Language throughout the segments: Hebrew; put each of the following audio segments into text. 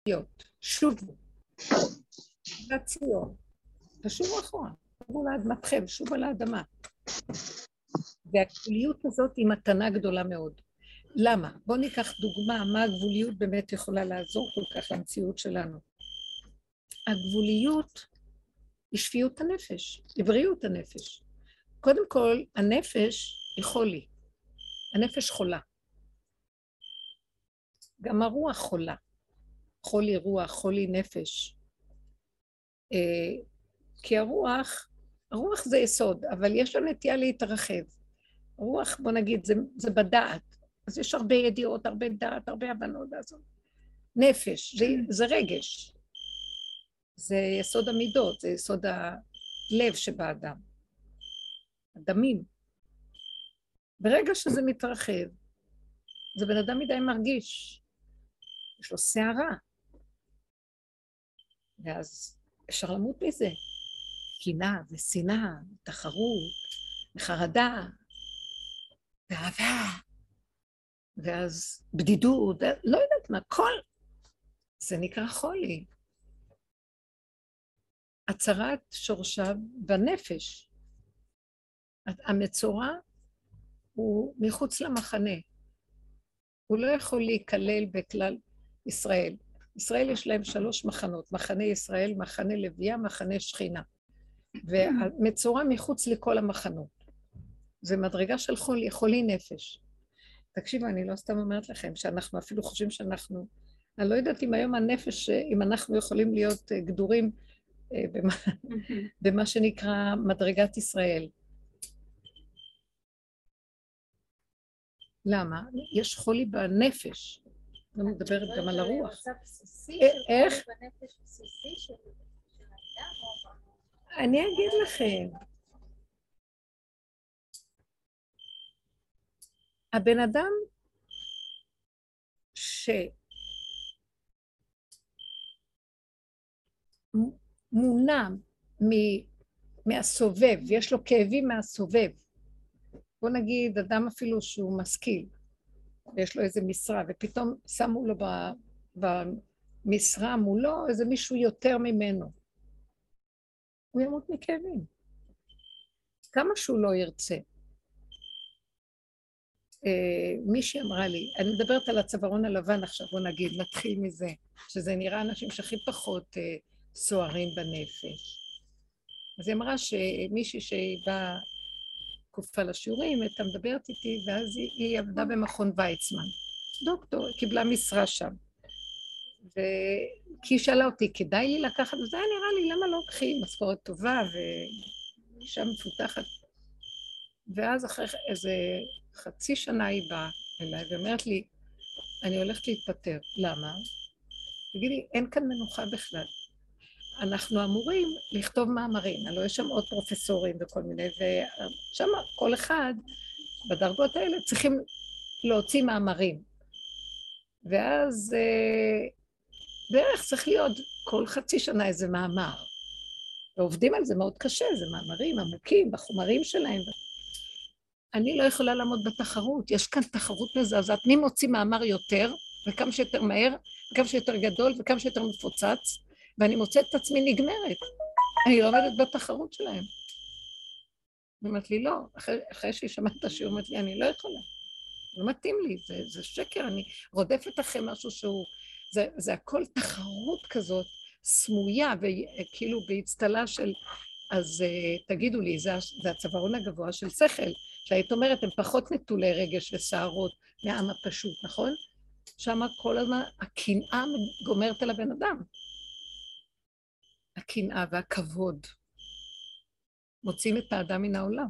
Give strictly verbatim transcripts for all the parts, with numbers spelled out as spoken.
להיות, שובו, לציון, תשובו אחורה, תשובו לאדמתכם, שובו לאדמה. והגבוליות הזאת היא מתנה גדולה מאוד. למה? בואו ניקח דוגמה, מה הגבוליות באמת יכולה לעזור כל כך למציאות שלנו. הגבוליות היא שפיות הנפש, היא בריאות הנפש. קודם כל, הנפש היא חולי, הנפש חולה. גם הרוח חולה, חולי רוח, חולי נפש. כי הרוח, הרוח זה יסוד, אבל יש לה נטייה להתרחב. רוח, בוא נגיד, זה, זה בדעת. אז יש הרבה ידיעות, הרבה דעת, הרבה הבנות. נפש, זה, זה רגש. זה יסוד המידות, זה יסוד הלב שבאדם. הדמים. ברגע שזה מתרחב, זה בן אדם מדי מרגיש. יש לו שערה. ואז אפשר למות מזה. קנאה ושנאה, תחרות, וחרדה, ואהבה, ואז בדידות, לא יודעת מה, כל זה נקרא חולי. הצרת שורשיו בנפש. המצורע הוא מחוץ למחנה. הוא לא יכול להיכלל בכלל ישראל. ישראל יש להם שלוש מחנות, מחנה ישראל, מחנה לוויה, מחנה שכינה. והמצורע מחוץ לכל המחנות. זה מדרגה של חולי, חולי נפש. תקשיבו, אני לא סתם אומרת לכם, שאנחנו אפילו חושבים שאנחנו, אני לא יודעת אם היום הנפש, אם אנחנו יכולים להיות גדורים במה, במה שנקרא מדרגת ישראל. למה? יש חולי בנפש. אני מדברת גם על הרוח. איך? אני אגיד לכם. הבן אדם שמונע מהסובב, יש לו כאבים מהסובב, בוא נגיד אדם אפילו שהוא משכיל, ויש לו איזה משרה, ופתאום שמו לו במשרה מולו איזה מישהו יותר ממנו, הוא ימות מכאבים, כמה שהוא לא ירצה. מישהי אמרה לי, אני מדברת על הצווארון הלבן עכשיו, בוא נגיד, נתחיל מזה, שזה נראה אנשים שהכי פחות סוערים בנפש. אז היא אמרה שמישהי שהיא באה תקופה לשיעורים, הייתה מדברת איתי, ואז היא עבדה במכון ויצמן. דוקטור, קיבלה משרה שם. כי היא שאלה אותי, כדאי לי לקחת, וזה היה נראה לי, למה לא קחי משכורת טובה, ואישה מפותחת. ואז אחרי איזה חצי שנה היא באה אליי, ואומרת לי, אני הולכת להתפטר. למה? תגידי, אין כאן מנוחה בכלל. אנחנו אמורים לכתוב מאמרים, הלוא יש שם עוד פרופסורים וכל מיני, ושם כל אחד בדרגות האלה צריכים להוציא מאמרים. ואז בערך צריך להיות כל חצי שנה איזה מאמר. ועובדים על זה מאוד קשה, זה מאמרים עמוקים בחומרים שלהם. אני לא יכולה לעמוד בתחרות, יש כאן תחרות מזעזעת, מי מוציא מאמר יותר, וכמה שיותר מהר, וכמה שיותר גדול, וכמה שיותר מפוצץ, ואני מוצאת את עצמי נגמרת. אני לא עומדת בתחרות שלהם. היא אומרת לי, לא, אחרי, אחרי שהיא שמעת את השיעור, אומרת לי, אני לא יכולה. לא מתאים לי, זה, זה שקר, אני רודפת אחרי משהו שהוא, זה, זה הכל תחרות כזאת, סמויה, וכאילו בהצטלה של, אז uh, תגידו לי, זה, זה הצווארון הגבוה של שכל, שהיית אומרת, הם פחות נטולי רגש ושערות מהעם הפשוט, נכון? שמה כל הזמן, הקנאה גומרת על הבן אדם. הקנאה והכבוד מוצאים את האדם מן העולם.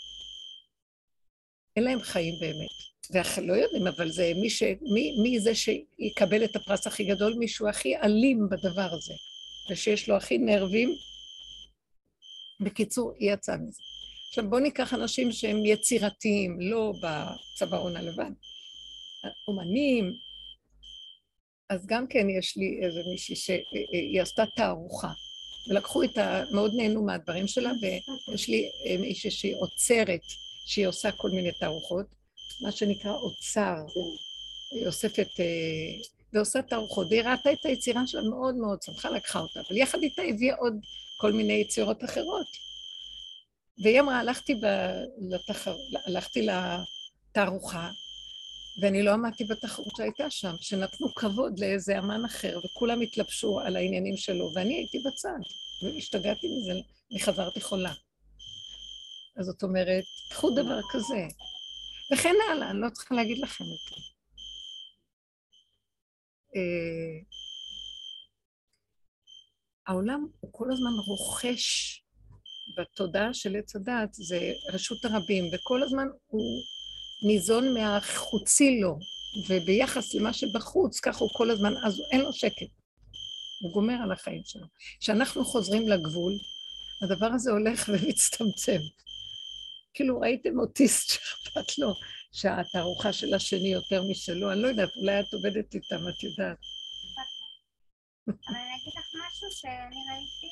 אין להם חיים באמת. ולא יודעים, אבל זה מי, ש... מי, מי זה שיקבל את הפרס הכי גדול? מישהו הכי אלים בדבר הזה, ושיש לו הכי נרבים. בקיצור, היא יצאה מזה. עכשיו בואו ניקח אנשים שהם יצירתיים, לא בצווארון הלבן. אומנים, אז גם כן יש לי איזה מישהי שהיא עשתה תערוכה, ולקחו את ה... מאוד נהנו מהדברים שלה, ויש לי מישהי שהיא עוצרת, שהיא עושה כל מיני תערוכות, מה שנקרא אוצר, היא אוספת ועושה תערוכות, והיא ראתה את היצירה שלה מאוד מאוד שמחה, לקחה אותה, אבל יחד איתה הביאה עוד כל מיני יצירות אחרות. והיא אמרה, הלכתי, ב... לתחר... הלכתי לתערוכה, ואני לא עמדתי בתחרות שהייתה שם, שנתנו כבוד לאיזה אמן אחר, וכולם התלבשו על העניינים שלו, ואני הייתי בצד, והשתגעתי מזה, אני חזרתי חולה. אז זאת אומרת, קחו דבר כזה. וכן הלאה, אני לא צריכה להגיד לכם את זה. העולם הוא כל הזמן רוכש בתודעה של עץ הדעת, זה רשות הרבים, וכל הזמן הוא ניזון מהחוצי לו, וביחס למה שבחוץ, ככה הוא כל הזמן, אז אין לו שקט. הוא גומר על החיים שלו. כשאנחנו חוזרים לגבול, הדבר הזה הולך ומצטמצם. כאילו ראיתם אוטיסט שאכפת לו שהתערוכה של השני יותר משלו, אני לא יודעת, אולי את עובדת איתם, את יודעת. אבל אני אגיד לך משהו שאני ראיתי,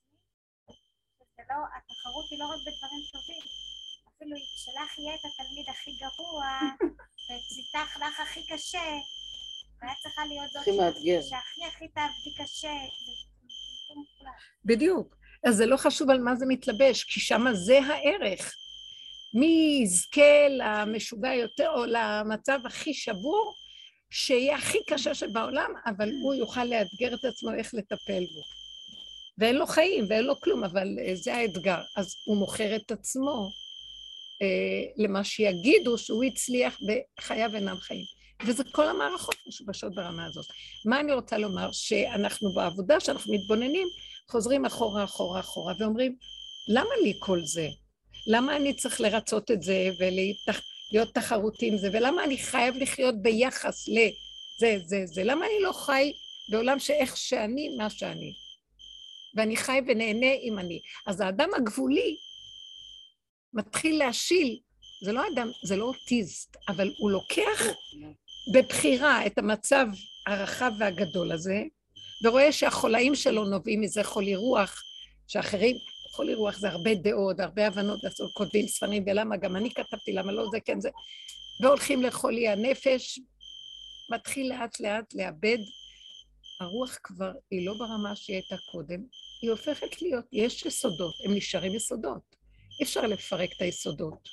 שזה לא, התחרות היא לא רק בדברים טובים, אפילו שלך יהיה את התלמיד הכי גרוע, וצריך לך הכי קשה, והיה צריכה להיות זאת שהכי הכי תעבדי קשה, זה מוחלט. בדיוק, אז זה לא חשוב על מה זה מתלבש, כי שמה זה הערך. מי יזכה למשוגע יותר, או למצב הכי שבור, שיהיה הכי קשה שבעולם, אבל הוא יוכל לאתגר את עצמו איך לטפל בו. ואין לו חיים, ואין לו כלום, אבל זה האתגר. אז הוא מוכר את עצמו אה, למה שיגידו שהוא הצליח בחייו אינם חיים. וזה כל המערכות משובשות ברמה הזאת. מה אני רוצה לומר? שאנחנו בעבודה, שאנחנו מתבוננים, חוזרים אחורה, אחורה, אחורה, ואומרים, למה לי כל זה? למה אני צריך לרצות את זה ולהיות תחרותי עם זה? ולמה אני חייב לחיות ביחס לזה, זה, זה? למה אני לא חי בעולם שאיך שאני, מה שאני? ואני חי ונהנה עם אני. אז האדם הגבולי מתחיל להשיל, זה לא אדם, זה לא אוטיסט, אבל הוא לוקח בבחירה את המצב הרחב והגדול הזה, ורואה שהחולאים שלו נובעים מזה חולי רוח, שאחרים, חולי רוח זה הרבה דעות, הרבה הבנות, כותבים ספרים, ולמה גם אני כתבתי, למה לא זה, כן זה, והולכים לחולי הנפש, מתחיל לאט לאט לאבד, הרוח כבר היא לא ברמה שהיא הייתה קודם, היא הופכת להיות, יש יסודות, הם נשארים יסודות, אי אפשר לפרק את היסודות,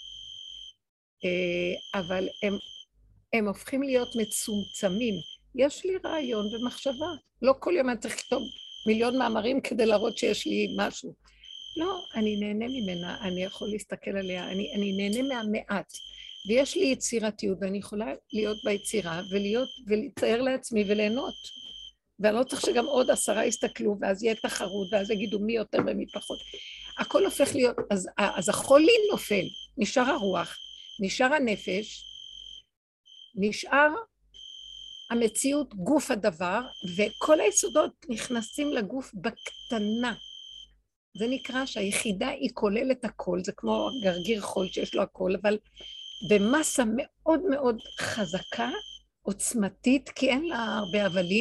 אבל הם, הם הופכים להיות מצומצמים, יש לי רעיון ומחשבה, לא כל יום אני צריך לכתוב מיליון מאמרים כדי להראות שיש לי משהו, לא, אני נהנה ממנה, אני יכול להסתכל עליה, אני, אני נהנה מהמעט, ויש לי יצירתיות, ואני יכולה להיות ביצירה, ולהיות, ולצייר לעצמי וליהנות, ואני לא צריך שגם עוד עשרה יסתכלו, ואז יהיה תחרות, ואז יגידו מי יותר ומי פחות. הכל הופך להיות, אז, אז החולי נופל, נשאר הרוח, נשאר הנפש, נשאר המציאות, גוף הדבר, וכל היסודות נכנסים לגוף בקטנה. זה נקרא שהיחידה היא כוללת הכל, זה כמו גרגיר חול שיש לו הכל, אבל במסה מאוד מאוד חזקה, עוצמתית, כי אין לה הרבה הבלים,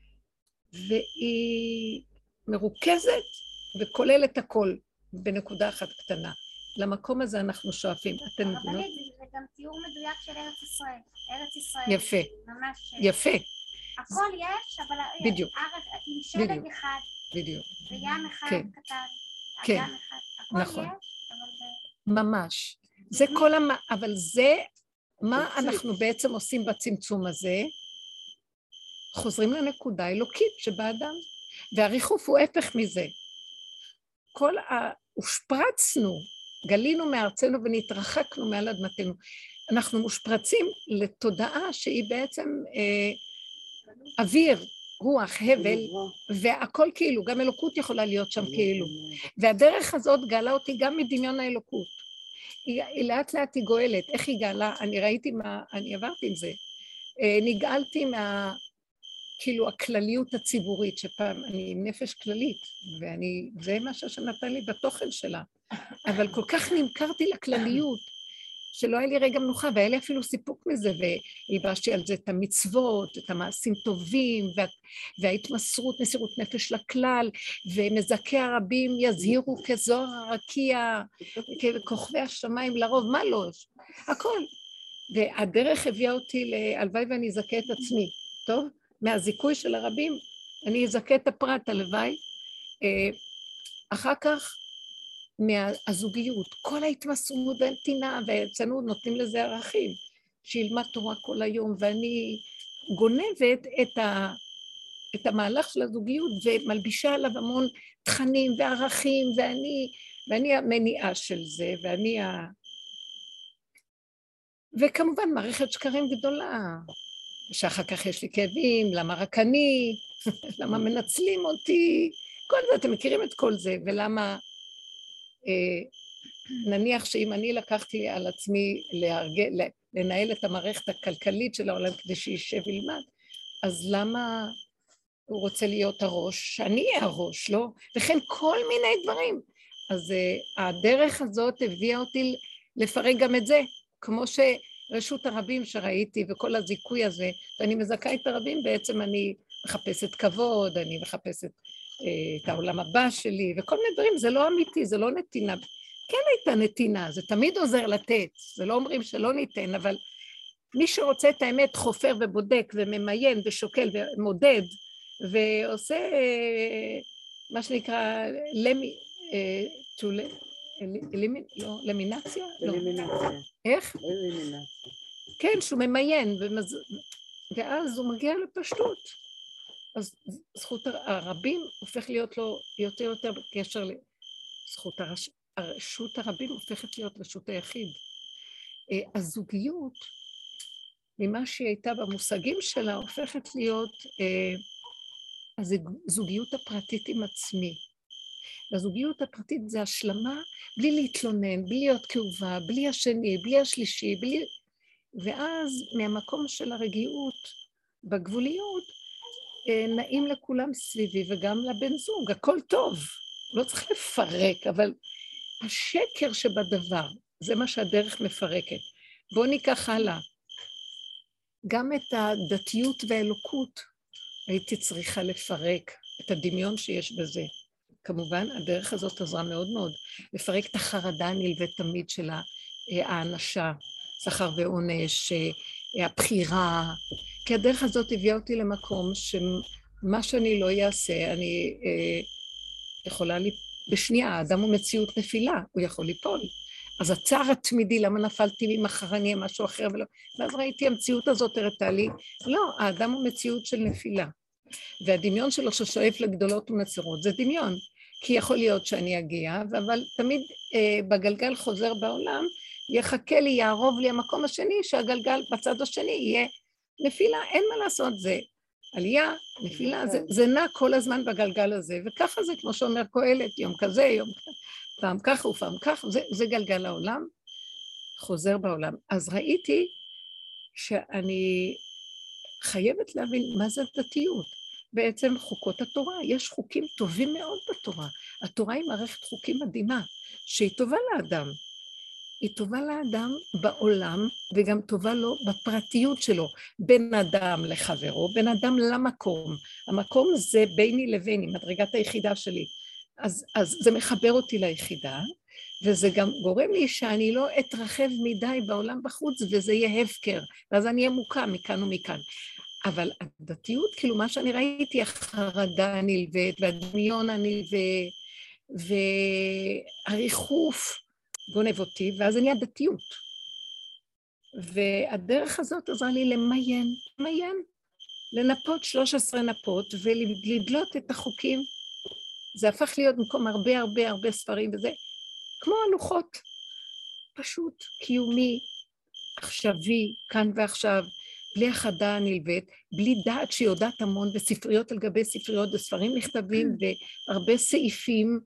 והיא מרוכזת וכוללת הכל בנקודה אחת קטנה. למקום הזה אנחנו שואפים. אתן מבינות? אבל זה גם תיאור מדויק של ארץ ישראל. ארץ ישראל. יפה. ממש. יפה. הכל יש, אבל בדיוק. עם שלג אחד. בדיוק. וים אחד כן. קטן. כן. אגם אחד. הכל נכון. יש, אבל... ממש. זה כל המ... אבל זה, מה אנחנו בעצם עושים בצמצום הזה? חוזרים לנקודה האלוקית שבאדם. והריחוף הוא הפך מזה. כל ה... הושפרצנו, גלינו מארצנו ונתרחקנו מעל אדמתנו. אנחנו מושפרצים לתודעה שהיא בעצם אה, אוויר, רוח, הבל, והכל כאילו, גם אלוקות יכולה להיות שם כאילו. והדרך הזאת גאלה אותי גם מדמיון האלוקות. היא, היא לאט לאט היא גואלת. איך היא גאלה? אני ראיתי מה, אני עברתי עם זה. אה, נגאלתי מה... כאילו הכלליות הציבורית, שפעם אני עם נפש כללית, ואני, זה מה שנתן לי בתוכן שלה, אבל כל כך נמכרתי לכלליות, שלא היה לי רגע מנוחה, והיה לי אפילו סיפוק מזה, והלבשתי על זה את המצוות, את המעשים טובים, וה, וההתמסרות, מסירות נפש לכלל, ומזכי הרבים יזהירו כזוהר הרקיע, ככוכבי השמיים לרוב, מה לא? הכל. והדרך הביאה אותי להלוואי ואני אזכה את עצמי, טוב? מהזיכוי של הרבים, אני אזכה את הפרט הלוואי, אחר כך מהזוגיות, כל ההתמסרות והנתינה והצנות נותנים לזה ערכים, שילמד תורה כל היום, ואני גונבת את, ה, את המהלך של הזוגיות ומלבישה עליו המון תכנים וערכים, ואני, ואני המניעה של זה, ואני ה... וכמובן מערכת שקרים גדולה, שאחר כך יש לי כאבים, למה רק אני, למה מנצלים אותי, כל זה, אתם מכירים את כל זה, ולמה אה, נניח שאם אני לקחתי על עצמי להרג... לנהל את המערכת הכלכלית של העולם כדי שישב וילמד, אז למה הוא רוצה להיות הראש? שאני אהיה הראש, לא? וכן כל מיני דברים. אז uh, הדרך הזאת הביאה אותי לפרק גם את זה, כמו שרשות הרבים שראיתי וכל הזיכוי הזה, ואני מזכה את הרבים, בעצם אני מחפשת כבוד, אני מחפשת uh, את העולם הבא שלי, וכל מיני דברים, זה לא אמיתי, זה לא נתינה. כן הייתה נתינה, זה תמיד עוזר לתת, זה לא אומרים שלא ניתן, אבל מי שרוצה את האמת חופר ובודק וממיין ושוקל ומודד, ועושה מה שנקרא למי, לא, למינציה? אלימינציה. איך? אלימינציה. כן, שהוא ממיין, ואז הוא מגיע לפשטות. אז זכות הרבים הופך להיות לו יותר יותר בקשר לזכות הרשות הרבים הופכת להיות רשות היחיד. הזוגיות, ממה שהיא הייתה במושגים שלה, הופכת להיות הזוגיות הפרטית עם עצמי. והזוגיות הפרטית זה השלמה בלי להתלונן, בלי להיות כאובה, בלי השני, בלי השלישי, בלי... ואז מהמקום של הרגיעות בגבוליות, נעים לכולם סביבי וגם לבן זוג, הכל טוב, לא צריך לפרק, אבל השקר שבדבר, זה מה שהדרך מפרקת. בואו ניקח הלאה. גם את הדתיות והאלוקות הייתי צריכה לפרק, את הדמיון שיש בזה. כמובן, הדרך הזאת עזרה מאוד מאוד, לפרק את החרדה הנלווית תמיד של האנשה, שכר ועונש, הבחירה, כי הדרך הזאת הביאה אותי למקום שמה שאני לא אעשה, אני אה, יכולה לי, בשנייה, האדם הוא מציאות נפילה, הוא יכול ליפול. אז הצער התמידי, למה נפלתי ממחר אני אהיה משהו אחר ולא, ואז ראיתי המציאות הזאת הראתה לי, לא, האדם הוא מציאות של נפילה. והדמיון שלו ששואף לגדולות ונצרות, זה דמיון, כי יכול להיות שאני אגיע, אבל תמיד אה, בגלגל חוזר בעולם, יחכה לי, יערוב לי המקום השני, שהגלגל בצד השני יהיה נפילה, אין מה לעשות, זה עלייה, נפילה, זה, זה נע כל הזמן בגלגל הזה, וככה זה כמו שאומר קהלת, יום כזה, יום כזה, פעם ככה ופעם ככה, זה, זה גלגל העולם, חוזר בעולם. אז ראיתי שאני חייבת להבין מה זה הדתיות, בעצם חוקות התורה, יש חוקים טובים מאוד בתורה, התורה היא מערכת חוקים מדהימה, שהיא טובה לאדם, היא טובה לאדם בעולם, וגם טובה לו בפרטיות שלו, בין אדם לחברו, בין אדם למקום, המקום זה ביני לביני, מדרגת היחידה שלי, אז, אז זה מחבר אותי ליחידה, וזה גם גורם לי שאני לא אתרחב מדי בעולם בחוץ, וזה יהיה הפקר, ואז אני אהיה מוקע מכאן ומכאן. אבל הדתיות, כאילו מה שאני ראיתי, החרדה הנלווית, והדמיון הנלווה, והריחוף גונב אותי, ואז אני הדתיות. והדרך הזאת עזרה לי למיין, למיין, לנפות שלוש עשרה נפות, ולדלות את החוקים. זה הפך להיות במקום הרבה הרבה הרבה ספרים, וזה כמו הלוחות, פשוט קיומי, עכשווי, כאן ועכשיו, בלי החדה הנלווית, בלי דעת שיודעת המון, וספריות על גבי ספריות, וספרים נכתבים, והרבה סעיפים,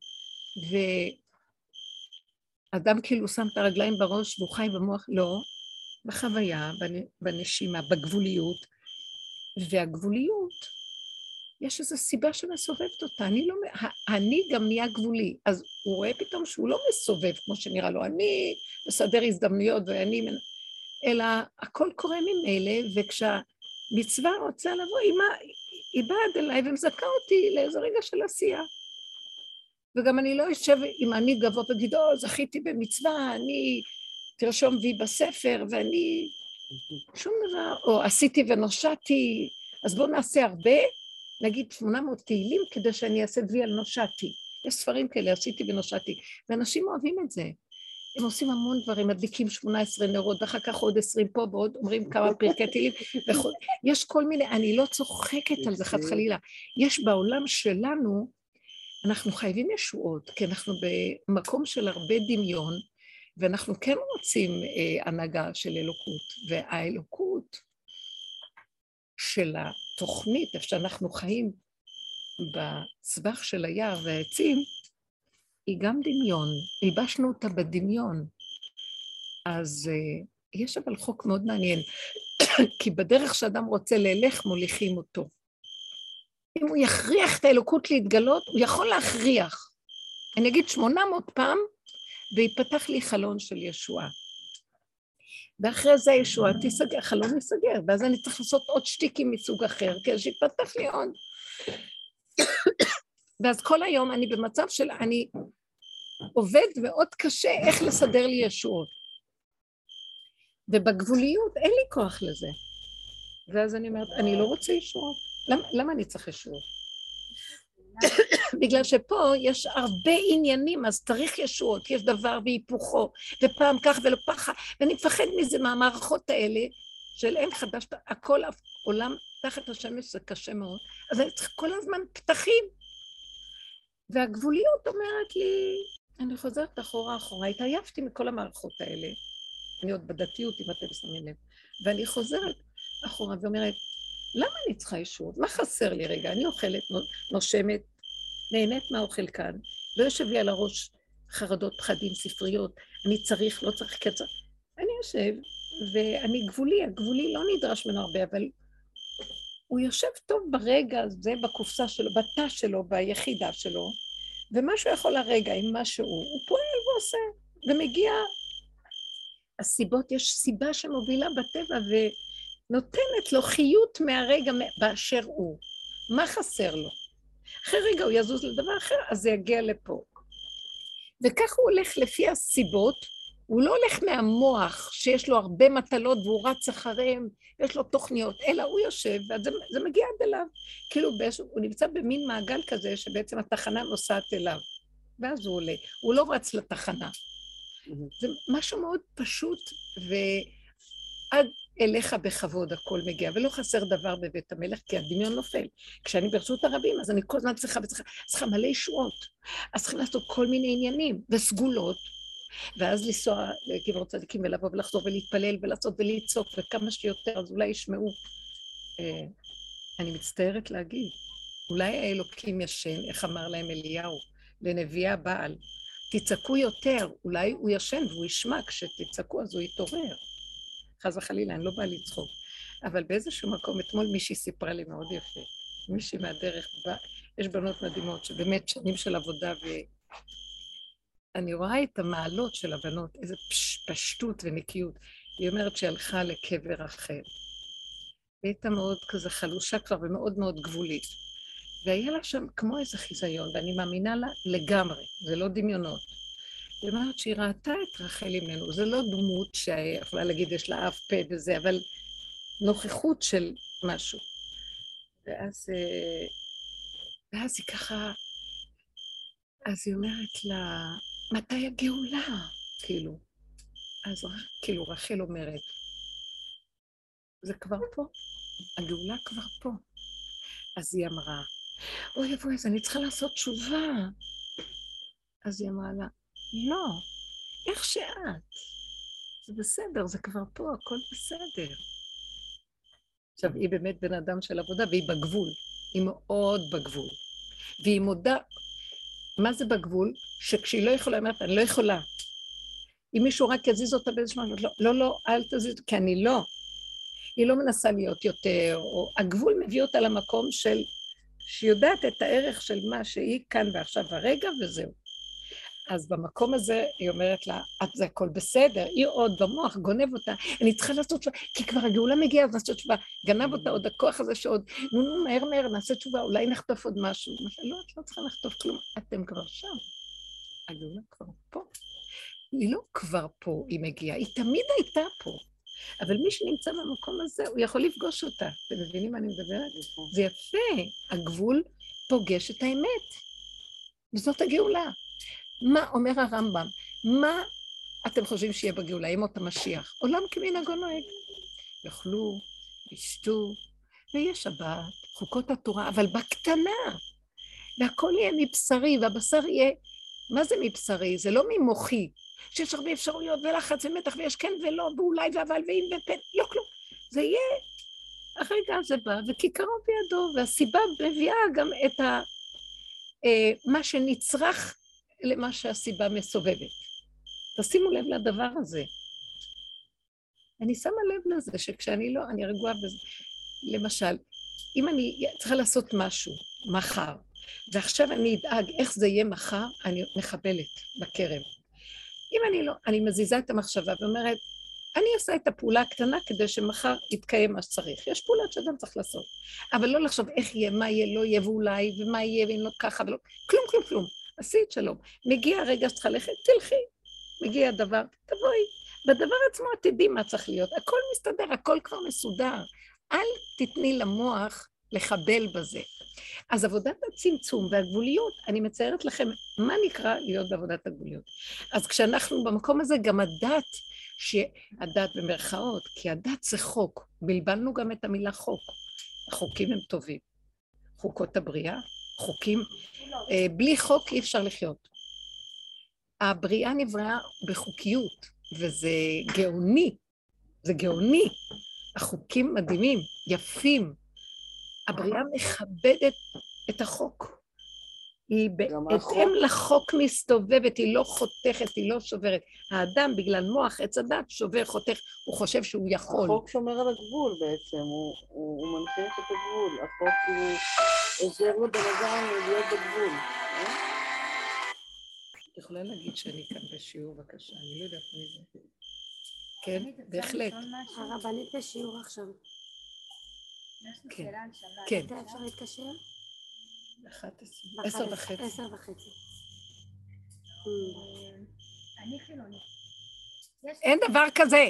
ואדם כאילו שם את הרגליים בראש, והוא חי במוח, לא, בחוויה, בנשימה, בגבוליות, והגבוליות, יש איזו סיבה שמסובבת אותה, אני לא, אני גם נהיה גבולי, אז הוא רואה פתאום שהוא לא מסובב, כמו שנראה לו, אני מסדר הזדמנויות, ואני, אלא הכל קורה ממילא, וכשהמצווה רוצה לבוא, היא באה עד אליי ומזכה אותי לאיזה רגע של עשייה. וגם אני לא יושב עם אני גבוה וגיד, או, זכיתי במצווה, אני תרשום וי בספר, ואני שום דבר, או עשיתי ונושעתי, אז בואו נעשה הרבה, נגיד שמונה מאות תהילים, כדי שאני אעשה וי על נושעתי. יש ספרים כאלה, עשיתי ונושעתי, ואנשים אוהבים את זה. הם עושים המון דברים, מדליקים שמונה עשרה נרות, ואחר כך עוד עשרים פה, ועוד אומרים כמה פרקי תהילים, וכל... יש כל מיני, אני לא צוחקת על זה חד חלילה. יש בעולם שלנו, אנחנו חייבים ישועות, כי אנחנו במקום של הרבה דמיון, ואנחנו כן רוצים אה, הנהגה של אלוקות, והאלוקות של התוכנית, איפה שאנחנו חיים בסבך של היער והעצים, היא גם דמיון, הלבשנו אותה בדמיון. אז uh, יש אבל חוק מאוד מעניין, כי בדרך שאדם רוצה ללך מוליכים אותו. אם הוא יכריח את האלוקות להתגלות, הוא יכול להכריח. אני אגיד שמונה מאות פעם, ויפתח לי חלון של ישועה. ואחרי זה הישועה תיסגר, החלון ייסגר, ואז אני צריך לעשות עוד שטיקים מסוג אחר, כדי שיפתח לי עוד. ואז כל היום אני במצב של, אני עובד מאוד קשה איך לסדר לי ישועות. ובגבוליות אין לי כוח לזה. ואז אני אומרת, אני לא רוצה ישועות. למה, למה אני צריך ישועות? בגלל שפה יש הרבה עניינים, אז צריך ישועות, יש דבר בהיפוכו, ופעם כך ולפחה, ואני מפחד מזה מהמערכות האלה, של אין חדש, הכל עולם תחת השמש זה קשה מאוד, אז אני צריך כל הזמן פתחים. והגבוליות אומרת לי, אני חוזרת אחורה אחורה, התעייפתי מכל המערכות האלה, אני עוד בדתיות אם אתם שמים לב, ואני חוזרת אחורה ואומרת, למה אני צריכה ישועות? מה חסר לי רגע? אני אוכלת, נושמת, נהנית מהאוכל כאן, לא יושב לי על הראש חרדות, פחדים, ספריות, אני צריך, לא צריך קצר. אני יושב, ואני גבולי, הגבולי לא נדרש ממנו הרבה, אבל הוא יושב טוב ברגע הזה, בקופסה שלו, בתא שלו, ביחידה שלו, ומשהו יכול לרגע עם משהו, הוא פועל ועושה, ומגיע. הסיבות, יש סיבה שמובילה בטבע, ונותנת לו חיות מהרגע באשר הוא. מה חסר לו? אחרי רגע הוא יזוז לדבר אחר, אז זה יגיע לפה. וכך הוא הולך לפי הסיבות, הוא לא הולך מהמוח שיש לו הרבה מטלות והוא רץ אחריהם, יש לו תוכניות, אלא הוא יושב וזה מגיע עד אליו. כאילו באיזשהו, הוא נמצא במין מעגל כזה שבעצם התחנה נוסעת אליו, ואז הוא עולה, הוא לא רץ לתחנה. זה משהו מאוד פשוט, ועד אליך בכבוד הכל מגיע, ולא חסר דבר בבית המלך, כי הדמיון נופל. כשאני ברשות הרבים, אז אני כל הזמן צריכה וצריכה, צריכה מלא ישועות, אז צריכים לעשות כל מיני עניינים וסגולות, ואז לנסוע לקבר צדיקים ולבוא ולחזור ולהתפלל ולעשות ולצעוק, וכמה שיותר, אז אולי ישמעו. אה, אני מצטערת להגיד, אולי האלוקים ישן, איך אמר להם אליהו, לנביא הבעל, תצעקו יותר, אולי הוא ישן והוא ישמע, כשתצעקו אז הוא יתעורר. חס וחלילה, אני לא באה לצחוק. אבל באיזשהו מקום, אתמול מישהי סיפרה לי מאוד יפה, מישהי מהדרך, יש בנות מדהימות שבאמת שנים של עבודה, ואני רואה את המעלות של הבנות, איזו פש... פשטות ונקיות. היא אומרת שהלכה לקבר אחר. והייתה מאוד כזה חלושה כבר ומאוד מאוד גבולית. והיה לה שם כמו איזה חיזיון, ואני מאמינה לה לגמרי, זה לא דמיונות. היא אומרת שהיא ראתה את רחל ממנו, זה לא דמות שיכולה להגיד יש לה אף פה וזה, אבל נוכחות של משהו. ואז, ואז היא ככה, אז היא אומרת לה, מתי הגאולה? כאילו. אז כאילו רחל אומרת, זה כבר פה, הגאולה כבר פה. אז היא אמרה, אוי אבוי, אז אני צריכה לעשות תשובה. אז היא אמרה לה, לא, איך שאת? זה בסדר, זה כבר פה, הכל בסדר. עכשיו, היא באמת בן אדם של עבודה, והיא בגבול, היא מאוד בגבול. והיא מודה, מה זה בגבול? שכשהיא לא יכולה, היא אומרת, אני לא יכולה. אם מישהו רק יזיז אותה באיזשהו משהו, לא, לא, לא, אל תזיז, כי אני לא. היא לא מנסה להיות יותר, או הגבול מביא אותה למקום של, שיודעת את הערך של מה שהיא כאן ועכשיו הרגע, וזהו. אז במקום הזה היא אומרת לה, את זה הכל בסדר, היא עוד במוח, גונב אותה, אני צריכה לעשות תשובה, כי כבר הגאולה מגיעה, אז נעשה תשובה, גנב אותה עוד הכוח הזה שעוד, נו נו, מהר מהר, נעשה תשובה, אולי נחטוף עוד משהו. לא, את לא צריכה לחטוף כלום, אתם כבר שם. הגאולה כבר פה. היא לא כבר פה, היא מגיעה, היא תמיד הייתה פה. אבל מי שנמצא במקום הזה, הוא יכול לפגוש אותה. אתם מבינים מה אני מדברת? זה יפה, הגבול פוגש את האמת. וזאת הגאולה. מה אומר הרמב"ם? מה אתם חושבים שיהיה בגאולה, ימות המשיח? עולם כמנהגו נוהג. יאכלו, ישתו, ויש שבת, חוקות התורה, אבל בקטנה. והכל יהיה מבשרי, והבשר יהיה... מה זה מבשרי? זה לא ממוחי, שיש הרבה אפשרויות ולחץ ומתח, ויש כן ולא, ואולי ואבל ואם ופן, לא כלום. זה יהיה... הרגע הזה בא, וכיכרו בידו, והסיבה מביאה גם את ה... מה שנצרך למה שהסיבה מסובבת. תשימו לב לדבר הזה. אני שמה לב לזה שכשאני לא, אני רגועה בזה. למשל, אם אני צריכה לעשות משהו מחר, ועכשיו אני אדאג איך זה יהיה מחר, אני מחבלת בקרב. אם אני לא, אני מזיזה את המחשבה ואומרת, אני עושה את הפעולה הקטנה כדי שמחר יתקיים מה שצריך. יש פעולות שאדם צריך לעשות. אבל לא לחשוב איך יהיה, מה יהיה, לא יהיה ואולי, ומה יהיה, ואם לא ככה ולא... כלום, כלום, כלום. עשית שלום. מגיע הרגע שצריכה ללכת, תלכי. מגיע הדבר, תבואי. בדבר עצמו תדעי מה צריך להיות. הכל מסתדר, הכל כבר מסודר. אל תתני למוח לחבל בזה. אז עבודת הצמצום והגבוליות, אני מציירת לכם מה נקרא להיות בעבודת הגבוליות. אז כשאנחנו במקום הזה, גם הדת, שהדת במרכאות, כי הדת זה חוק, בלבלנו גם את המילה חוק. החוקים הם טובים. חוקות הבריאה, חוקים, אה, בלי חוק אי אפשר לחיות. הבריאה נבראה בחוקיות, וזה גאוני, זה גאוני. החוקים מדהימים, יפים. הבריאה מכבדת את החוק. היא בהתאם לחוק מסתובבת, היא לא חותכת, היא לא שוברת. האדם בגלל מוח עץ הדת שובר, חותך, הוא חושב שהוא יכול. החוק שומר על הגבול בעצם, הוא, הוא, הוא מנחה את הגבול. החוק הוא עוזר לו בן אדם להיות בגבול. את יכולה להגיד שאני כאן בשיעור, בבקשה, אני לא יודעת מי זה. כן, בהחלט. הרבנית בשיעור עכשיו. כן, כן. אתה אפשר להתקשר? אחת עשרה, עשר וחצי. עשר וחצי. אני חילונית. אין דבר כזה.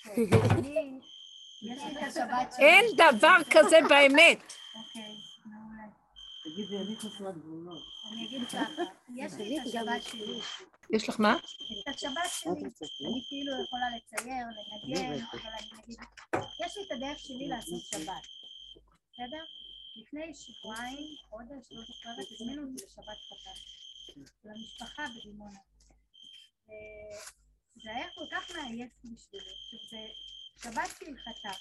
אין דבר כזה באמת. אוקיי, מעולה. תגידי, אני חסרת גבולות. אני אגיד ככה, יש לי את השבת שלי. יש לך מה? את השבת שלי. אני כאילו יכולה לצייר, לנגן, אבל אני אגיד, יש לי את הדרך שלי לעשות שבת. בסדר? לפני שבועיים, חודש, לא זוכרת, הזמינו אותי לשבת חתן. למשפחה בדימונה. זה היה כל כך מעייף בשבילי, שזה שבת כהלכתה.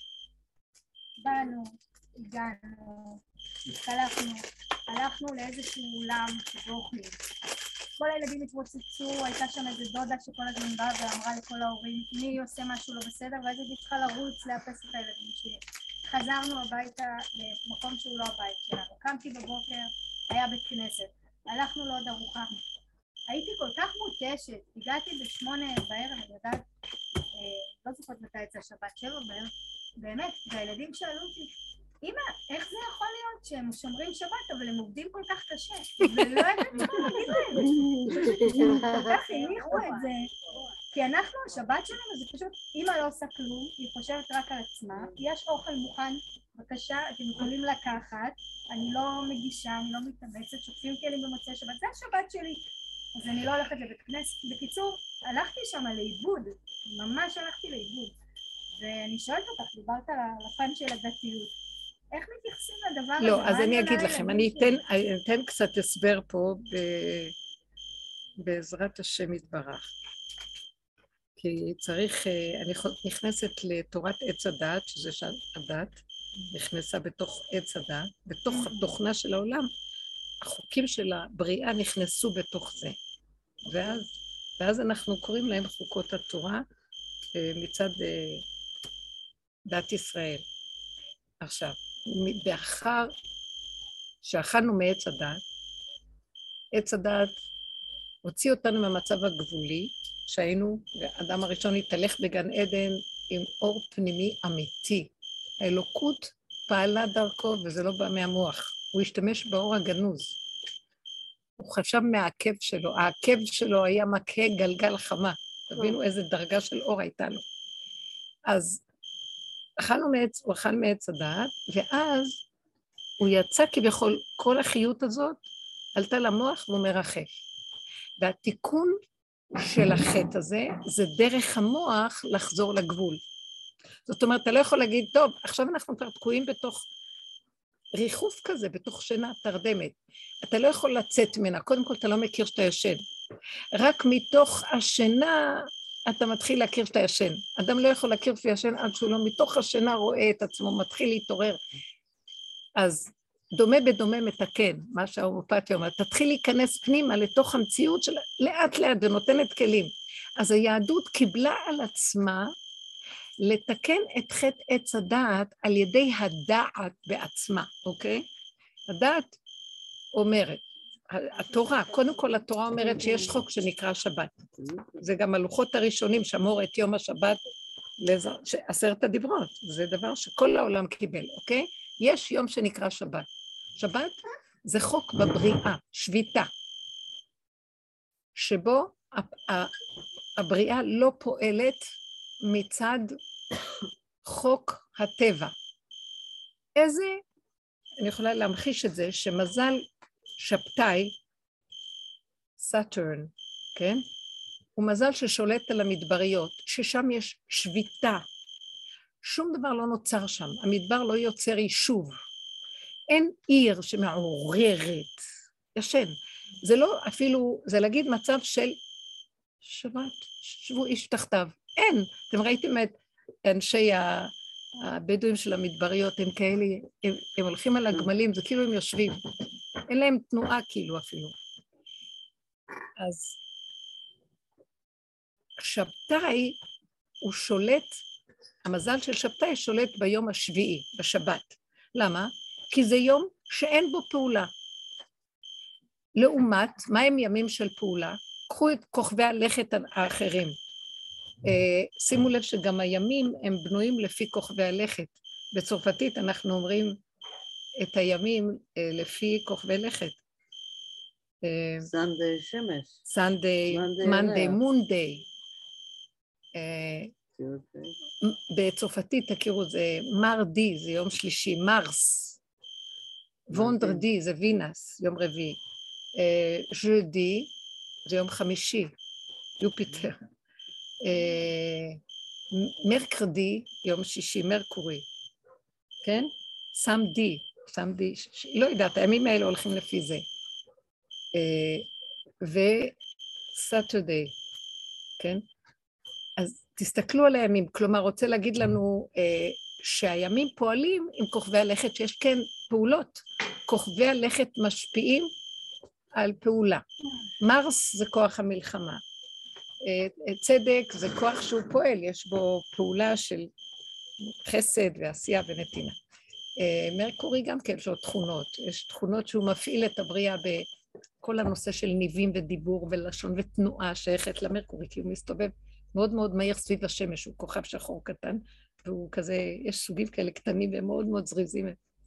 באנו, הגענו, התקלחנו, הלכנו לאיזשהו אולם שבו אוכלים. כל הילדים התרוצצו, הייתה שם איזו דודה שכל הזמן באה ואמרה לכל ההורים מי עושה משהו לא בסדר, ואז הייתי צריכה לרוץ לאפס את הילדים שלי. חזרנו הביתה למקום שהוא לא הבית שלנו. קמתי בבוקר, היה בית כנסת, הלכנו לעוד ארוחה. הייתי כל כך מותשת, הגעתי בשמונה בערב, אני יודעת, אה, לא זוכרת מתי יצא שבת, שבע בערב, באמת, והילדים שאלו אותי, אמא, איך זה יכול להיות שהם שומרים שבת, אבל הם עובדים כל כך קשה? ולא יודעת מה להגיד להם. הם כל כך הניחו את זה. כי אנחנו, השבת שלנו זה פשוט, אמא לא עושה כלום, היא חושבת רק על עצמה, יש אוכל מוכן, בבקשה, אתם יכולים לקחת, אני לא מגישה, אני לא מתאמצת, שוטפים כלים במוצאי שבת, זה השבת שלי. אז אני לא הולכת לבית כנסת. בקיצור, הלכתי שם לאיבוד, ממש הלכתי לאיבוד. ואני שואלת אותך, דיברת על הפן של הדתיות. איך מתייחסים לדבר הזה? לא, אז אני אגיד לכם, אני אתן קצת הסבר פה בעזרת השם יתברך. כי צריך, אני נכנסת לתורת עץ הדת, שזה שהדת נכנסה בתוך עץ הדת, בתוך התוכנה של העולם, החוקים של הבריאה נכנסו בתוך זה. ואז, ואז אנחנו קוראים להם חוקות התורה מצד דת ישראל. עכשיו, באחר שאכלנו מעץ הדת, עץ הדת הוציא אותנו מהמצב הגבולי, שהיינו, האדם הראשון התהלך בגן עדן עם אור פנימי אמיתי. האלוקות פעלה דרכו, וזה לא בא מהמוח. הוא השתמש באור הגנוז. הוא חשב מהעקב שלו. העקב שלו היה מכה גלגל חמה. תבינו איזה דרגה של אור הייתה לו. אז אכלנו מעץ, הוא אכל מעץ הדעת, ואז הוא יצא כביכול, כל החיות הזאת עלתה למוח והוא מרחף. והתיקון של החטא הזה, זה דרך המוח לחזור לגבול. זאת אומרת, אתה לא יכול להגיד, טוב, עכשיו אנחנו כבר תקועים בתוך ריחוף כזה, בתוך שינה תרדמת. אתה לא יכול לצאת ממנה, קודם כל אתה לא מכיר שאתה ישן. רק מתוך השינה אתה מתחיל להכיר שאתה ישן. אדם לא יכול להכיר שהוא ישן עד שהוא לא מתוך השינה רואה את עצמו, מתחיל להתעורר. אז דומה בדומה מתקן, מה שההומופתיה אומרת, תתחיל להיכנס פנימה לתוך המציאות של לאט לאט ונותנת כלים. אז היהדות קיבלה על עצמה לתקן את חטא עץ הדעת על ידי הדעת בעצמה, אוקיי? הדעת אומרת, התורה, קודם כל התורה אומרת שיש חוק שנקרא שבת. זה גם הלוחות הראשונים שמור את יום השבת לעשרת הדיברות. זה דבר שכל העולם קיבל, אוקיי? יש יום שנקרא שבת. שבת זה חוק בבריאה, שביתה, שבו הבריאה לא פועלת מצד חוק הטבע. איזה, אני יכולה להמחיש את זה, שמזל שבתאי, סאטרן, כן? הוא מזל ששולט על המדבריות, ששם יש שביתה. שום דבר לא נוצר שם, המדבר לא יוצר יישוב. אין עיר שמעוררת, ישן. זה לא אפילו, זה להגיד מצב של שבת, שבו איש תחתיו. אין, אתם ראיתם את אנשי הבדואים של המדבריות, הם כאלה, הם, הם הולכים על הגמלים, זה כאילו הם יושבים. אין להם תנועה כאילו אפילו. אז שבתאי הוא שולט, המזל של שבתאי שולט ביום השביעי, בשבת. למה? כי זה יום שאין בו פעולה. לעומת, מה הם ימים של פעולה? קחו את כוכבי הלכת האחרים. שימו לב שגם הימים הם בנויים לפי כוכבי הלכת. בצרפתית אנחנו אומרים את הימים לפי כוכבי לכת. סנדיי שמש. סנדיי, מנדיי, מונדיי. בצרפתית תכירו, זה מרדי, זה יום שלישי, מרס. וונדרדי, זה וינס, יום רביעי. ז'ודי, זה יום חמישי, יופיטר. מרקרדי, יום שישי, מרקורי. כן? סמדי, סמדי, לא יודעת, הימים האלה הולכים לפי זה. וסאטרדי, כן? אז תסתכלו על הימים, כלומר רוצה להגיד לנו אה, שהימים פועלים עם כוכבי הלכת, שיש כן פעולות, כוכבי הלכת משפיעים על פעולה. מרס זה כוח המלחמה, אה, צדק זה כוח שהוא פועל, יש בו פעולה של חסד ועשייה ונתינה. אה, מרקורי גם כן יש לו תכונות, יש תכונות שהוא מפעיל את הבריאה בכל הנושא של ניבים ודיבור ולשון ותנועה שייכת למרקורי, כי הוא מסתובב מאוד מאוד מהיר סביב השמש, הוא כוכב שחור קטן, והוא כזה, יש סוגים כאלה קטנים והם מאוד מאוד זריזים.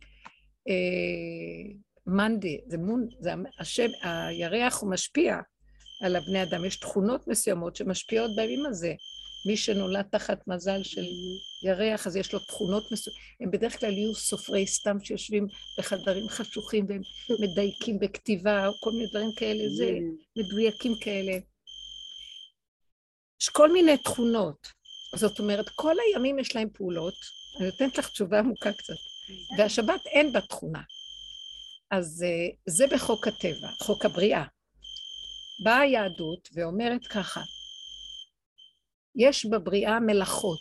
מנדי, זה מון, זה השם, הירח הוא משפיע על הבני אדם, יש תכונות מסוימות שמשפיעות בימים הזה. מי שנולד תחת מזל של ירח, אז יש לו תכונות מסוימות, הם בדרך כלל יהיו סופרי סתם שיושבים בחדרים חשוכים והם מדייקים בכתיבה, או כל מיני דברים כאלה, זה מדויקים כאלה. יש כל מיני תכונות, זאת אומרת, כל הימים יש להם פעולות, אני נותנת לך תשובה עמוקה קצת, והשבת אין בה תכונה. אז זה בחוק הטבע, חוק הבריאה. באה היהדות ואומרת ככה, יש בבריאה מלאכות,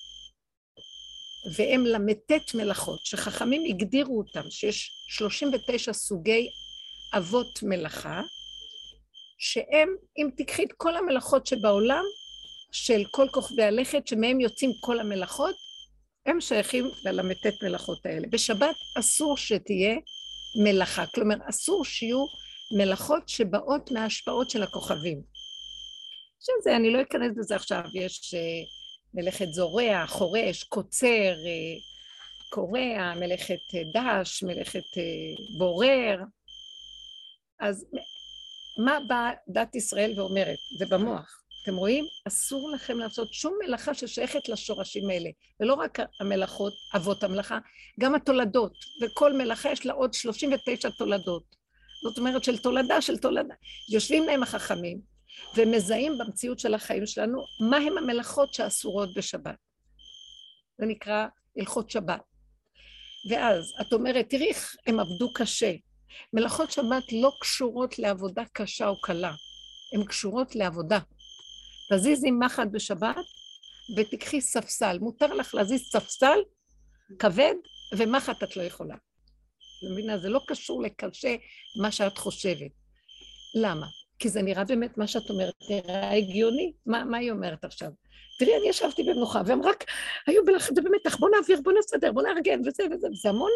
והם למתת מלאכות, שחכמים הגדירו אותם, שיש שלושים ותשע סוגי אבות מלאכה, שהם, אם תקחי את כל המלאכות שבעולם, של כל כוכבי הלכת, שמהם יוצאים כל המלאכות, הם שייכים ללמתת מלאכות האלה. בשבת אסור שתהיה מלאכה, כלומר אסור שיהיו מלאכות שבאות מההשפעות של הכוכבים. שזה, אני לא אכנס בזה עכשיו, יש מלאכת זורע, חורש, קוצר, קורע, מלאכת דש, מלאכת בורר. אז מה באה דת ישראל ואומרת? זה במוח. אתם רואים? אסור לכם לעשות שום מלאכה ששייכת לשורשים האלה, ולא רק המלאכות, אבות המלאכה, גם התולדות, וכל מלאכה יש לה עוד שלושים ותשע תולדות. זאת אומרת של תולדה של תולדה. יושבים להם החכמים, ומזהים במציאות של החיים שלנו, מה הם המלאכות שאסורות בשבת. זה נקרא הלכות שבת. ואז את אומרת, תראי איך הם עבדו קשה. מלאכות שבת לא קשורות לעבודה קשה או קלה, הן קשורות לעבודה. תזיזי מחט בשבת ותקחי ספסל. מותר לך להזיז ספסל כבד ומחט את לא יכולה. את מבינה? זה לא קשור לקשה מה שאת חושבת. למה? כי זה נראה באמת מה שאת אומרת, נראה הגיוני. מה, מה היא אומרת עכשיו? תראי, אני ישבתי במנוחה, והם רק היו בלחץ במתח, בוא נעביר, בוא נסדר, בוא נארגן, וזה וזה, זה המון...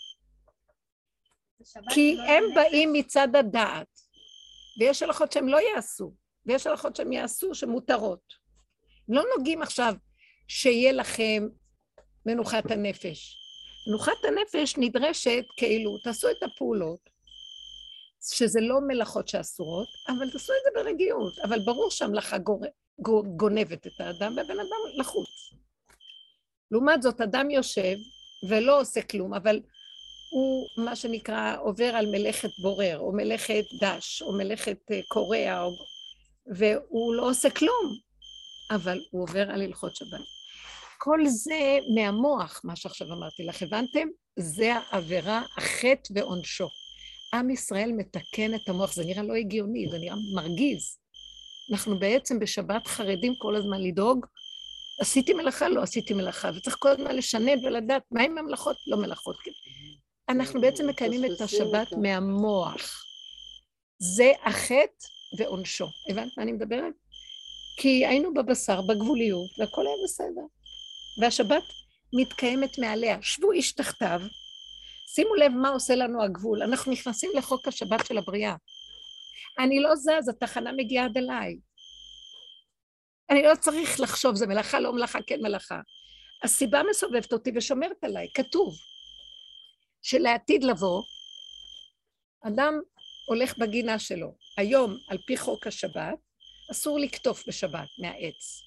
כי הם באים מצד הדעת, ויש הלכות שהם לא יעשו, ויש הלכות שהם יעשו שמותרות. לא נוגעים עכשיו שיהיה לכם מנוחת הנפש. מנוחת הנפש נדרשת כאילו, תעשו את הפעולות, שזה לא מלאכות שאסורות, אבל תעשו את זה ברגיעות, אבל ברור שהמלאכה גונבת את האדם, והבן אדם לחוץ. לעומת זאת, אדם יושב ולא עושה כלום, אבל הוא מה שנקרא עובר על מלאכת בורר, או מלאכת דש, או מלאכת קורע, או... והוא לא עושה כלום, אבל הוא עובר על הלכות שבת. כל זה מהמוח, מה שעכשיו אמרתי לך, הבנתם? זה העבירה, החטא ועונשו. עם ישראל מתקן את המוח, זה נראה לא הגיוני, זה נראה מרגיז. אנחנו בעצם בשבת חרדים כל הזמן לדאוג, עשיתי מלאכה, לא עשיתי מלאכה, וצריך כל הזמן לשנן ולדעת, מה עם המלאכות? לא מלאכות. אנחנו בעצם מקיימים את השבת מהמוח. זה החטא ועונשו. הבנת מה אני מדברת? כי היינו בבשר, בגבוליות, והכל היה בסדר. והשבת מתקיימת מעליה. שבו איש תחתיו, שימו לב מה עושה לנו הגבול. אנחנו נכנסים לחוק השבת של הבריאה. אני לא זז, התחנה מגיעה עד אליי. אני לא צריך לחשוב, זה מלאכה, לא מלאכה, כן מלאכה. הסיבה מסובבת אותי ושומרת עליי. כתוב שלעתיד לבוא, אדם הולך בגינה שלו. היום, על פי חוק השבת, אסור לקטוף בשבת מהעץ.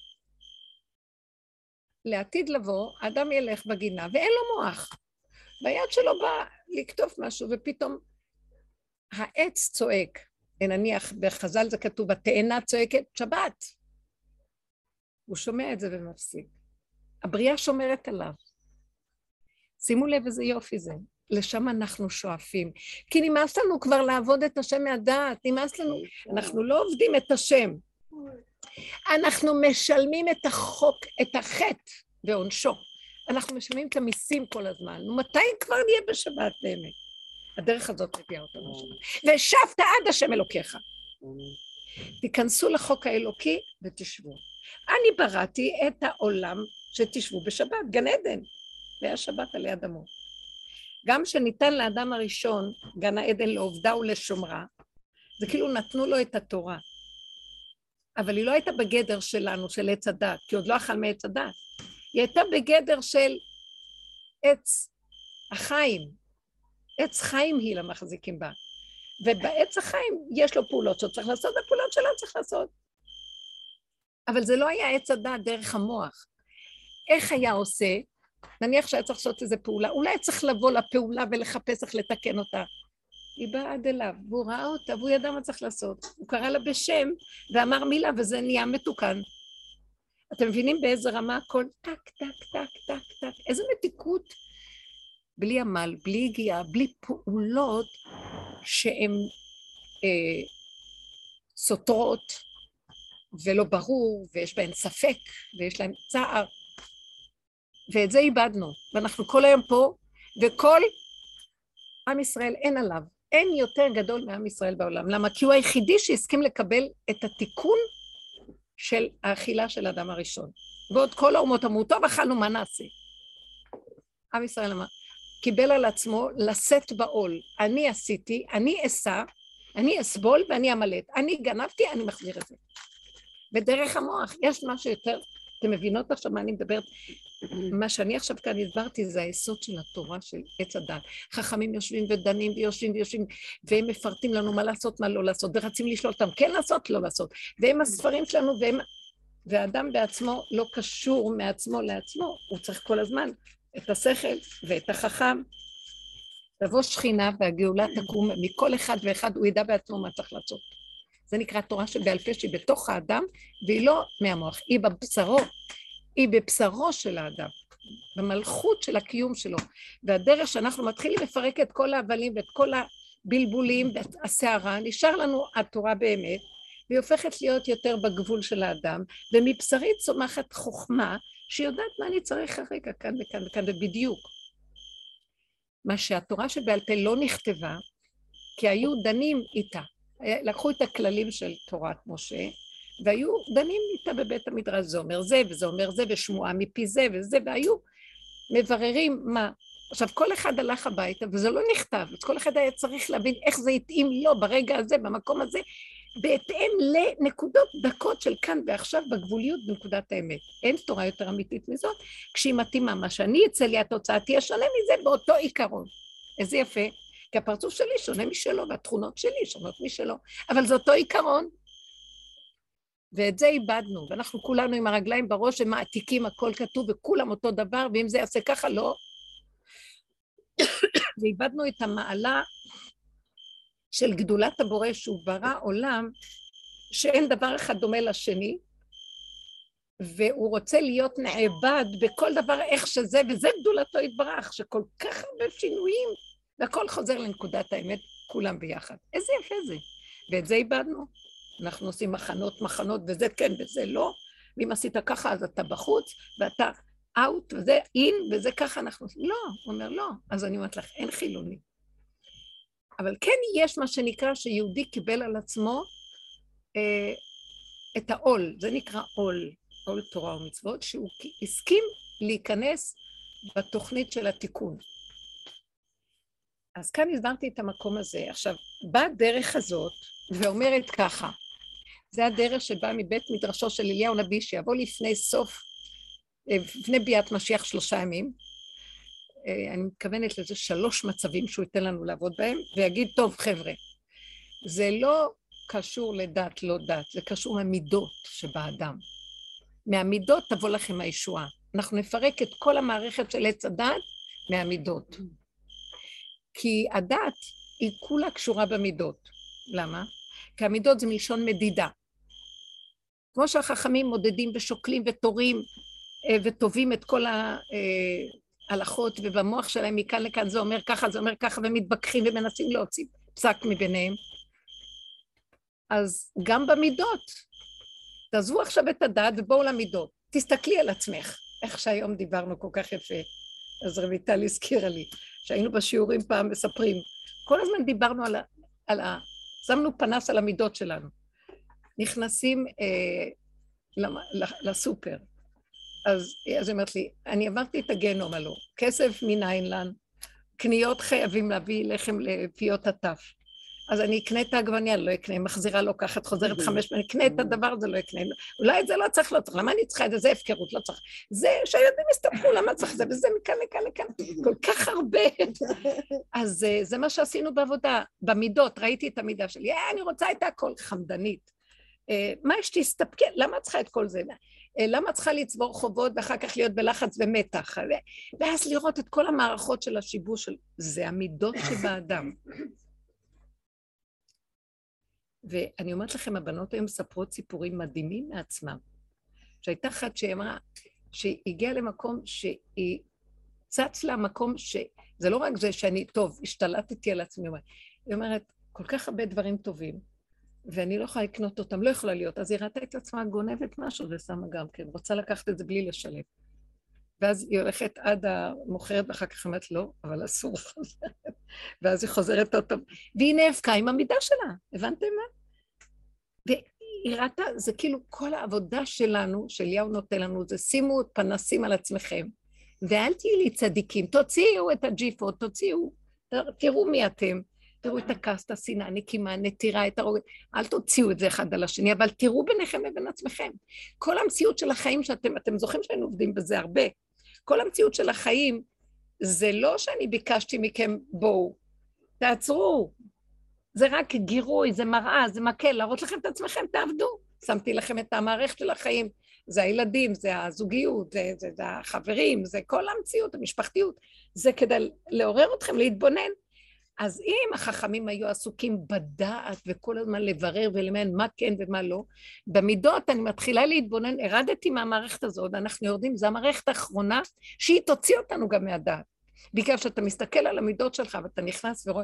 לעתיד לבוא, האדם ילך בגינה ואין לו מוח. ביד שלו בא לקטוף משהו, ופתאום העץ צועק. נניח, בחז"ל זה כתוב, התאנה צועקת שבת. הוא שומע את זה ומפסיק. הבריאה שומרת עליו. שימו לב איזה יופי זה. לשם אנחנו שואפים. כי נמאס לנו כבר לעבוד את השם מהדעת, נמאס לנו. אנחנו לא עובדים את השם. אנחנו משלמים את החוק, את החטא ועונשו. אנחנו משלמים את המיסים כל הזמן. מתי כבר נהיה בשבת באמת? הדרך הזאת מביאה אותנו בשבת. ושבת עד השם אלוקיך. תיכנסו לחוק האלוקי ותשבו. אני בראתי את העולם שתשבו בשבת, גן עדן. והיה שבת עלי אדמות. גם שניתן לאדם הראשון, גן העדן לעובדה ולשומרה, זה כאילו נתנו לו את התורה. אבל היא לא הייתה בגדר שלנו, של עץ הדת, כי עוד לא אכל מעץ הדת. היא הייתה בגדר של עץ החיים. עץ חיים היא למחזיקים בה. ובעץ החיים יש לו פעולות שצריך לעשות, הפעולות שלו צריך לעשות. אבל זה לא היה עץ הדת דרך המוח. איך היה עושה? נניח שהיה צריך לעשות איזו פעולה, אולי צריך לבוא לפעולה ולחפש איך לתקן אותה. היא באה עד אליו, והוא ראה אותה, והוא ידע מה צריך לעשות. הוא קרא לה בשם, ואמר מילה, וזה נהיה מתוקן. אתם מבינים באיזה רמה הכל? טק, טק, טק, טק, טק. איזה מתיקות. בלי עמל, בלי הגיעה, בלי פעולות שהן אה, סותרות, ולא ברור, ויש בהן ספק, ויש להן צער. ואת זה איבדנו, ואנחנו כל היום פה, וכל עם ישראל אין עליו, אין יותר גדול מעם ישראל בעולם. למה? כי הוא היחידי שהסכים לקבל את התיקון של האכילה של האדם הראשון. ועוד כל האומות אמרו, טוב, אכלנו, מה נעשה? עם ישראל אמר, קיבל על עצמו לשאת בעול. אני עשיתי, אני אסע, אני אסבול ואני אמלט. אני גנבתי, אני מחזיר את זה. בדרך המוח, יש משהו יותר, אתם מבינות עכשיו מה אני מדברת? מה שאני עכשיו כאן הסברתי זה היסוד של התורה של עץ הדת. חכמים יושבים ודנים ויושבים ויושבים, והם מפרטים לנו מה לעשות, מה לא לעשות, ורצים לשאול אותם כן לעשות, לא לעשות. והם הספרים שלנו, והם... והאדם בעצמו לא קשור מעצמו לעצמו, הוא צריך כל הזמן את השכל ואת החכם. תבוא שכינה והגאולה תקום מכל אחד ואחד, הוא ידע בעצמו מה צריך לעשות. זה נקרא תורה שבעל פה שהיא בתוך האדם, והיא לא מהמוח, היא בבשרו, היא בבשרו של האדם, במלכות של הקיום שלו. והדרך שאנחנו מתחילים לפרק את כל ההבלים ואת כל הבלבולים והסערה, נשאר לנו התורה באמת, והיא הופכת להיות יותר בגבול של האדם, ומבשרית צומחת חוכמה, שיודעת מה אני צריך הרגע, כאן וכאן וכאן, ובדיוק. מה שהתורה שבעל פה לא נכתבה, כי היו דנים איתה, לקחו את הכללים של תורת משה, והיו דנים איתה בבית המדרש, זה אומר זה, וזה אומר זה, ושמועה מפי זה וזה, והיו מבררים מה. עכשיו, כל אחד הלך הביתה, וזה לא נכתב, אז כל אחד היה צריך להבין איך זה התאים לו ברגע הזה, במקום הזה, בהתאם לנקודות דקות של כאן ועכשיו בגבוליות בנקודת האמת. אין תורה יותר אמיתית מזאת, כשהיא מתאימה מה שאני אצא לי התוצאה תהיה שונה מזה באותו עיקרון. איזה יפה, כי הפרצוף שלי שונה משלו, והתכונות שלי שונות משלו, אבל זה אותו עיקרון. ואת זה איבדנו, ואנחנו כולנו עם הרגליים בראש, הם מעתיקים, הכל כתוב, וכולם אותו דבר, ואם זה יעשה ככה, לא. ואיבדנו את המעלה של גדולת הבורא שהוא ברא עולם, שאין דבר אחד דומה לשני, והוא רוצה להיות נעבד בכל דבר איך שזה, וזה גדולתו יתברך, שכל כך הרבה שינויים, והכל חוזר לנקודת האמת, כולם ביחד. איזה יפה זה. ואת זה איבדנו. אנחנו עושים מחנות, מחנות, וזה כן וזה לא, ואם עשית ככה אז אתה בחוץ, ואתה אאוט, וזה אין, וזה ככה אנחנו עושים. לא, הוא אומר לא, אז אני אומרת לך, אין חילוני. אבל כן יש מה שנקרא שיהודי קיבל על עצמו אה, את העול, זה נקרא עול, עול תורה ומצוות, שהוא הסכים להיכנס בתוכנית של התיקון. אז כאן הסברתי את המקום הזה. עכשיו, באה הדרך הזאת ואומרת ככה, זה הדרך שבאה מבית מדרשו של אליהו נביא, שיבוא לפני סוף, לפני ביאת משיח שלושה ימים, אני מתכוונת לזה שלוש מצבים שהוא ייתן לנו לעבוד בהם, ויגיד, טוב חבר'ה, זה לא קשור לדת, לא דת, זה קשור למידות שבאדם. מהמידות תבוא לכם הישועה. אנחנו נפרק את כל המערכת של עץ הדת מהמידות. כי הדת היא כולה קשורה במידות. למה? כי המידות זה מלשון מדידה. כמו שהחכמים מודדים ושוקלים ותורים וטובים את כל ההלכות, ובמוח שלהם מכאן לכאן זה אומר ככה, זה אומר ככה, ומתבקחים ומנסים להוציא פסק מביניהם. אז גם במידות, תעזבו עכשיו את הדת ובואו למידות. תסתכלי על עצמך, איך שהיום דיברנו כל כך יפה. אז רויטל הזכירה לי, שהיינו בשיעורים פעם מספרים, כל הזמן דיברנו על ה... על ה שמנו פנס על המידות שלנו. נכנסים אה, לסופר. אז אז היא אומרת לי, אני עברתי את הגנום הלא, כסף מניין לנו, קניות חייבים להביא לחם לפיות הטף. אז אני אקנה את העגבניה, לא אקנה, מחזירה לא ככה, חוזרת חמש, אני אקנה את הדבר הזה, לא אקנה. אולי את זה לא צריך, לא צריך, למה אני צריכה את זה? זה הפקרות, לא צריך. זה שהילדים הסתפקו, למה צריך זה? וזה מכאן לכאן לכאן, כל כך הרבה. אז זה מה שעשינו בעבודה, במידות, ראיתי את המידה שלי, אני רוצה את הכל חמדנית. מה יש תסתפקי? למה צריכה את כל זה? למה צריכה לצבור חובות ואחר כך להיות בלחץ ומתח? ואז לראות את כל המערכות של השיבוש של... זה המידות שבאדם. ואני אומרת לכם, הבנות היום מספרות סיפורים מדהימים מעצמם. שהייתה אחת שאמרה, שהיא הגיעה למקום שהיא צץ לה מקום ש... זה לא רק זה שאני, טוב, השתלטתי על עצמי. היא אומרת, כל כך הרבה דברים טובים, ואני לא יכולה לקנות אותם, לא יכולה להיות. אז היא ראתה את עצמה גונבת משהו ושמה גם כן, רוצה לקחת את זה בלי לשלם. ואז היא הולכת עד המוכרת, ואחר כך אומרת לא, אבל אסור חוזרת. ואז היא חוזרת אותו, והיא נאבקה עם המידה שלה, הבנתם מה? והיא ראתה, זה כאילו כל העבודה שלנו, שאליהו נותן לנו, זה שימו פנסים על עצמכם, ואל תהיו לי צדיקים, תוציאו את הג'יפות, תוציאו, תראו מי אתם, תראו את הכעס, את השנאה, הנקימה, הנטירה, את הרוגת, אל תוציאו את זה אחד על השני, אבל תראו ביניכם לבין עצמכם. כל המציאות של החיים שאתם, אתם זוכרים שהיינו עובדים בזה הרבה, כל המציאות של החיים, זה לא שאני ביקשתי מכם, בואו, תעצרו. זה רק גירוי, זה מראה, זה מקל, להראות לכם את עצמכם, תעבדו. שמתי לכם את המערכת של החיים, זה הילדים, זה הזוגיות, זה, זה, זה החברים, זה כל המציאות, המשפחתיות. זה כדי לעורר אתכם, להתבונן. אז אם החכמים היו עסוקים בדעת וכל הזמן לברר ולמען מה כן ומה לא, במידות אני מתחילה להתבונן, הרדתי מהמערכת הזאת, ואנחנו יורדים, זו המערכת האחרונה שהיא תוציא אותנו גם מהדעת. בגלל שאתה מסתכל על המידות שלך ואתה נכנס ורואה,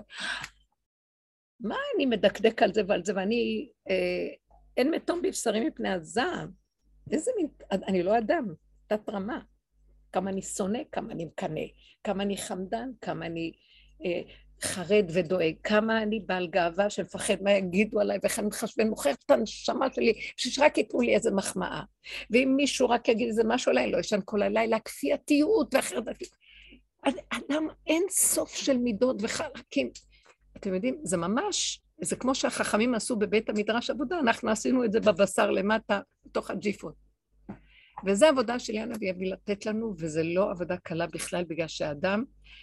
מה אני מדקדק על זה ועל זה, ואני, אה, אין מתום בבשרים מפני הזעם. איזה מין, אני לא אדם, תת רמה. כמה אני שונא, כמה אני מקנא, כמה אני חמדן, כמה אני אה, חרד ודואג, כמה אני בעל גאווה שמפחד מה יגידו עליי, ואיך אני מתחשבן, מוכר את הנשמה שלי, שרק ייתנו לי איזה מחמאה. ואם מישהו רק יגיד איזה משהו עליי, לא ישן כל הלילה, כפייתיות ואחרת. אדם אין סוף של מידות וחלקים. אתם יודעים, זה ממש, זה כמו שהחכמים עשו בבית המדרש עבודה, אנחנו עשינו את זה בבשר למטה, בתוך הג'יפות. וזו עבודה שלי הנביא יביא לתת לנו, וזה לא עבודה קלה בכלל, בגלל שהאדם,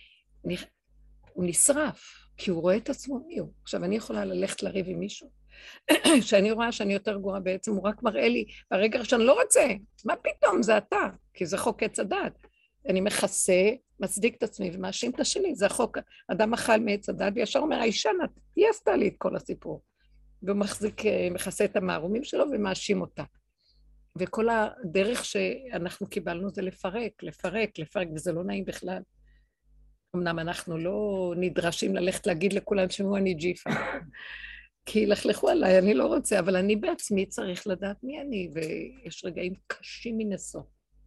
הוא נשרף, כי הוא רואה את עצמו מי הוא. עכשיו, אני יכולה ללכת לריב עם מישהו, שאני רואה שאני יותר גרועה בעצם, הוא רק מראה לי, ברגע שאני לא רוצה, מה פתאום, זה אתה, כי זה חוק עץ הדת. אני מכסה, מצדיק את עצמי ומאשים את השני, זה החוק, אדם אכל מעץ הדת, וישר אומר, האישה, היא עשתה לי את כל הסיפור. והוא מחזיק, מכסה את המערומים שלו ומאשים אותה. וכל הדרך שאנחנו קיבלנו זה לפרק, לפרק, לפרק, וזה לא נעים בכלל. אמנם אנחנו לא נדרשים ללכת להגיד לכולם שמו אני ג'יפה, כי לכלכו עליי, אני לא רוצה, אבל אני בעצמי צריך לדעת מי אני, ויש רגעים קשים מנסו.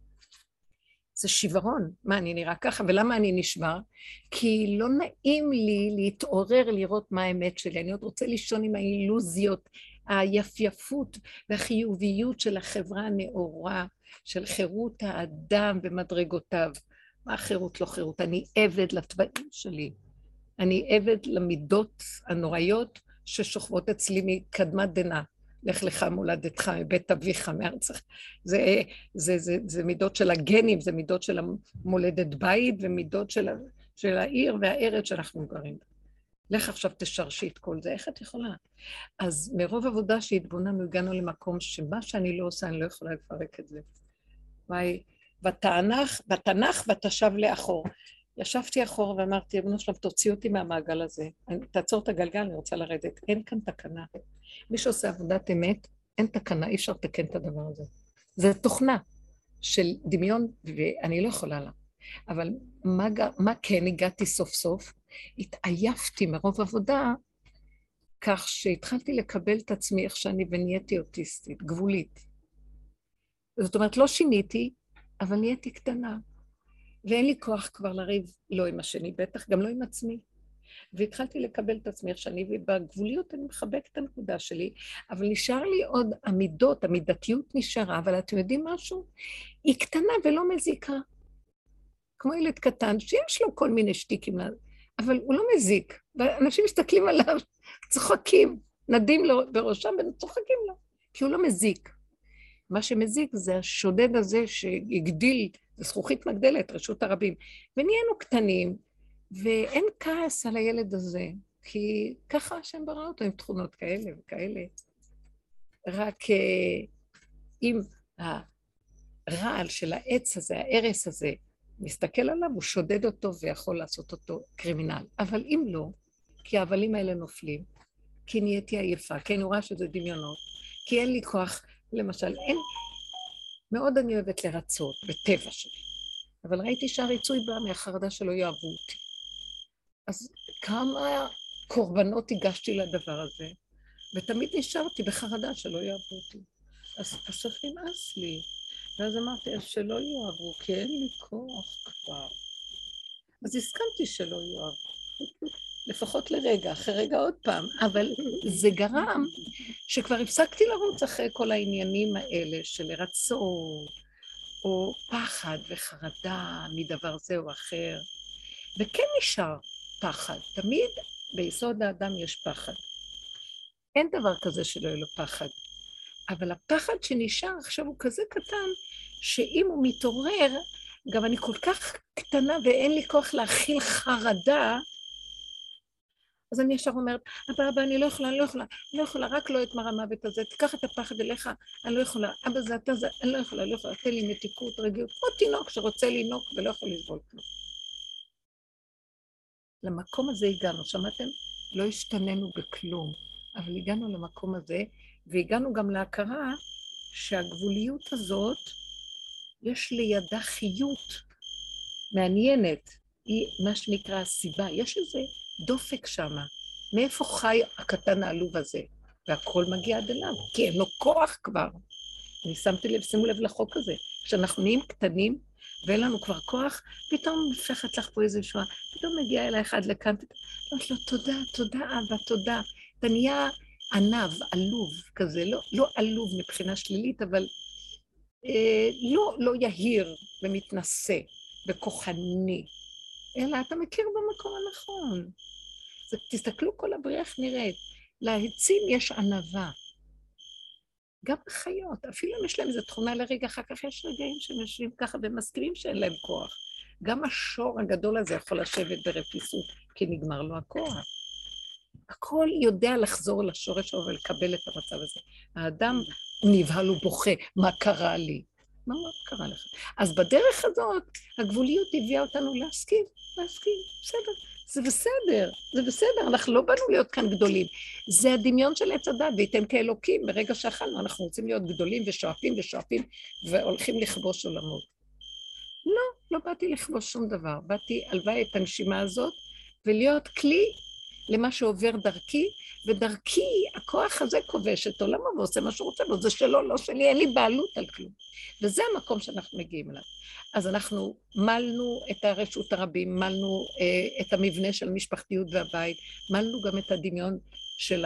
זה שברון, מה אני נראה ככה, ולמה אני נשבר? כי לא נעים לי להתעורר לראות מה האמת שלי, אני עוד רוצה לישון עם האילוזיות, היפייפות והחיוביות של החברה הנאורה, של חירות האדם במדרגותיו. מה חירות לא חירות? אני עבד לטבעים שלי, אני עבד למידות הנוראיות ששוכבות אצלי מקדמת דנא. לך לך מולדתך, מבית אביך, מארצך. זה, זה, זה, זה מידות של הגנים, זה מידות של המולדת בית, ומידות של, של העיר והארץ שאנחנו גרים. לך עכשיו תשרשי את כל זה, איך את יכולה? אז מרוב עבודה שהתבוננו, הגענו למקום שמה שאני לא עושה, אני לא יכולה לפרק את זה. וואי, בתנ"ך, בתנ"ך ותשב לאחור. ישבתי אחור ואמרתי, אבנו שלום, תוציא אותי מהמעגל הזה. תעצור את הגלגל, אני רוצה לרדת. אין כאן תקנה. מי שעושה עבודת אמת, אין תקנה, אי אפשר לתקן את הדבר הזה. זה תוכנה של דמיון, ואני לא יכולה לה. אבל מה, מה כן הגעתי סוף סוף? התעייפתי מרוב עבודה, כך שהתחלתי לקבל את עצמי איך שאני ונהייתי אוטיסטית, גבולית. זאת אומרת, לא שיניתי, אבל נהייתי קטנה. ואין לי כוח כבר לריב לא עם השני, בטח גם לא עם עצמי. והתחלתי לקבל את עצמי איך שאני, ובגבוליות אני מחבק את הנקודה שלי, אבל נשאר לי עוד המידות, המידתיות נשארה, אבל אתם יודעים משהו? היא קטנה ולא מזיקה. כמו ילד קטן, שיש לו כל מיני שטיקים, אבל הוא לא מזיק. ואנשים מסתכלים עליו, צוחקים, נדים לו בראשם וצוחקים לו, כי הוא לא מזיק. מה שמזיק זה השודד הזה שהגדיל, זה זכוכית מגדלת, רשות הרבים, ונהיינו קטנים, ואין כעס על הילד הזה, כי ככה השם ברא אותו עם תכונות כאלה וכאלה. רק אם הרעל של העץ הזה, הערס הזה, מסתכל עליו, הוא שודד אותו ויכול לעשות אותו קרימינל. אבל אם לא, כי ההבלים האלה נופלים, כי נהייתי עייפה, כי אני רואה שזה דמיונות, כי אין לי כוח, למשל, אין... מאוד אני אוהבת לרצות, בטבע שלי. אבל ראיתי שהריצוי בא מהחרדה שלא יאהבו אותי. אז כמה קורבנות הגשתי לדבר הזה, ותמיד נשארתי בחרדה שלא יאהבו אותי. אז בסוף נמאס לי. ואז אמרתי, אז שלא יאהבו, כי אין לי כוח כבר. אז הסכמתי שלא יאהבו. לפחות לרגע, אחרי רגע עוד פעם. אבל זה גרם שכבר הפסקתי לרוץ אחרי כל העניינים האלה של רצון, או פחד וחרדה מדבר זה או אחר. וכן נשאר פחד. תמיד ביסוד האדם יש פחד. אין דבר כזה שלא יהיה לו פחד. אבל הפחד שנשאר עכשיו הוא כזה קטן, שאם הוא מתעורר, גם אני כל כך קטנה ואין לי כוח להכיל חרדה, אז אני ישר אומרת, אבא, אבא, אני לא יכולה, אני לא יכולה, אני לא יכולה, רק לא את מר המוות הזה, תיקח את הפחד אליך, אני לא יכולה, אבא זה אתה זה, אני לא יכולה, אני לא יכולה, תן לי מתיקות, רגיעות, כמו תינוק שרוצה לינוק ולא יכול לסבול כלום. למקום הזה הגענו, שמעתם? לא השתננו בכלום, אבל הגענו למקום הזה, והגענו גם להכרה שהגבוליות הזאת, יש לידה חיות מעניינת, היא מה שנקרא הסיבה, יש איזה דופק שם, מאיפה חי הקטן העלוב הזה, והכל מגיע עד אליו, כי אין לו כוח כבר. אני שמתי לב, שימו לב לחוק הזה, כשאנחנו נהיים קטנים, ואין לנו כבר כוח, פתאום נפחת לך פה איזו שואה, פתאום מגיע אליי אחד לכאן, אומרת לו, תודה, תודה אבא, תודה. אתה נהיה ענב, עלוב כזה, לא, לא עלוב מבחינה שלילית, אבל אה, לא, לא יהיר ומתנשא וכוחני, אלא אתה מכיר במקום הנכון. אז תסתכלו כל הבריאה איך נראית, להציל יש ענבה. גם בחיות, אפילו אם יש להם איזו תכונה לרגע, אחר כך יש רגעים שהם יושבים ככה ומסכימים שאין להם כוח. גם השור הגדול הזה יכול לשבת ברפיסות, כי נגמר לו הכוח. הכל יודע לחזור לשורש שלו ולקבל את המצב הזה. האדם נבהל ובוכה, מה קרה לי? מה, מה קרה לך? אז בדרך הזאת, הגבוליות הביאה אותנו להסכים, להסכים, בסדר. זה בסדר, זה בסדר, אנחנו לא באנו להיות כאן גדולים. זה הדמיון של עץ הדת, וייתם כאלוקים, ברגע שאכלנו, אנחנו רוצים להיות גדולים ושואפים ושואפים, והולכים לכבוש עולמות. לא, לא באתי לכבוש שום דבר, באתי הלוואי את הנשימה הזאת, ולהיות כלי למה שעובר דרכי, ודרכי הכוח הזה כובש את עולמו, ועושה מה שהוא רוצה, וזה שלו, לא שלי, אין לי בעלות על כלום. וזה המקום שאנחנו מגיעים אליו. אז אנחנו מלנו את הרשות הרבים, מלנו אה, את המבנה של המשפחתיות והבית, מלנו גם את הדמיון של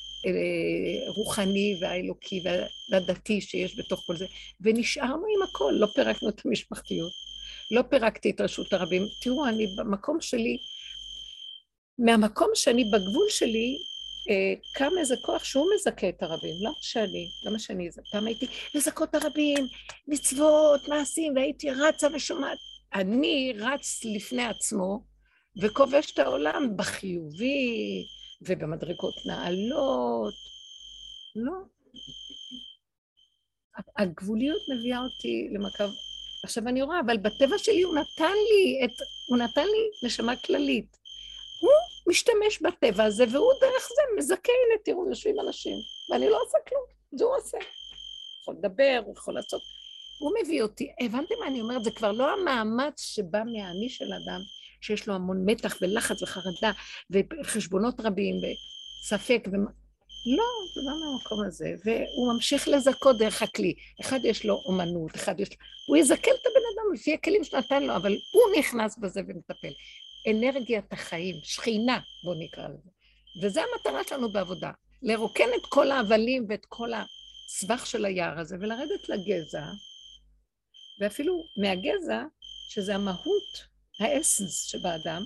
הרוחני והאלוקי והדתי שיש בתוך כל זה, ונשארנו עם הכל, לא פירקנו את המשפחתיות, לא פירקתי את רשות הרבים. תראו, אני במקום שלי, מהמקום שאני בגבול שלי, אה, קם איזה כוח שהוא מזכה את הרבים, לא שאני, למה שאני, פעם הייתי לזכות הרבים, מצוות, מעשים, והייתי רצה ושומעת, אני רץ לפני עצמו, וכובש את העולם בחיובי, ובמדרגות נעלות, לא. הגבוליות מביאה אותי למקו, עכשיו אני רואה, אבל בטבע שלי הוא נתן לי, את, הוא נתן לי נשמה כללית, הוא משתמש בטבע הזה, והוא דרך זה מזכה, הנה תראו, יושבים אנשים, ואני לא עושה כלום, זה הוא עושה. הוא יכול לדבר, הוא יכול לעשות, הוא מביא אותי, הבנתם מה אני אומרת, זה כבר לא המאמץ שבא מהאני של אדם, שיש לו המון מתח ולחץ וחרדה, וחשבונות רבים, וספק, ומה... לא, זה לא מהמקום הזה, והוא ממשיך לזכות דרך הכלי, אחד יש לו אומנות, אחד יש לו, הוא יזכה את הבן אדם לפי הכלים שנתן לו, אבל הוא נכנס בזה ומטפל. אנרגיית החיים, שכינה, בוא נקרא לזה. וזו המטרה שלנו בעבודה, לרוקן את כל ההבלים ואת כל הסבך של היער הזה, ולרדת לגזע, ואפילו מהגזע, שזה המהות, האסנס שבאדם,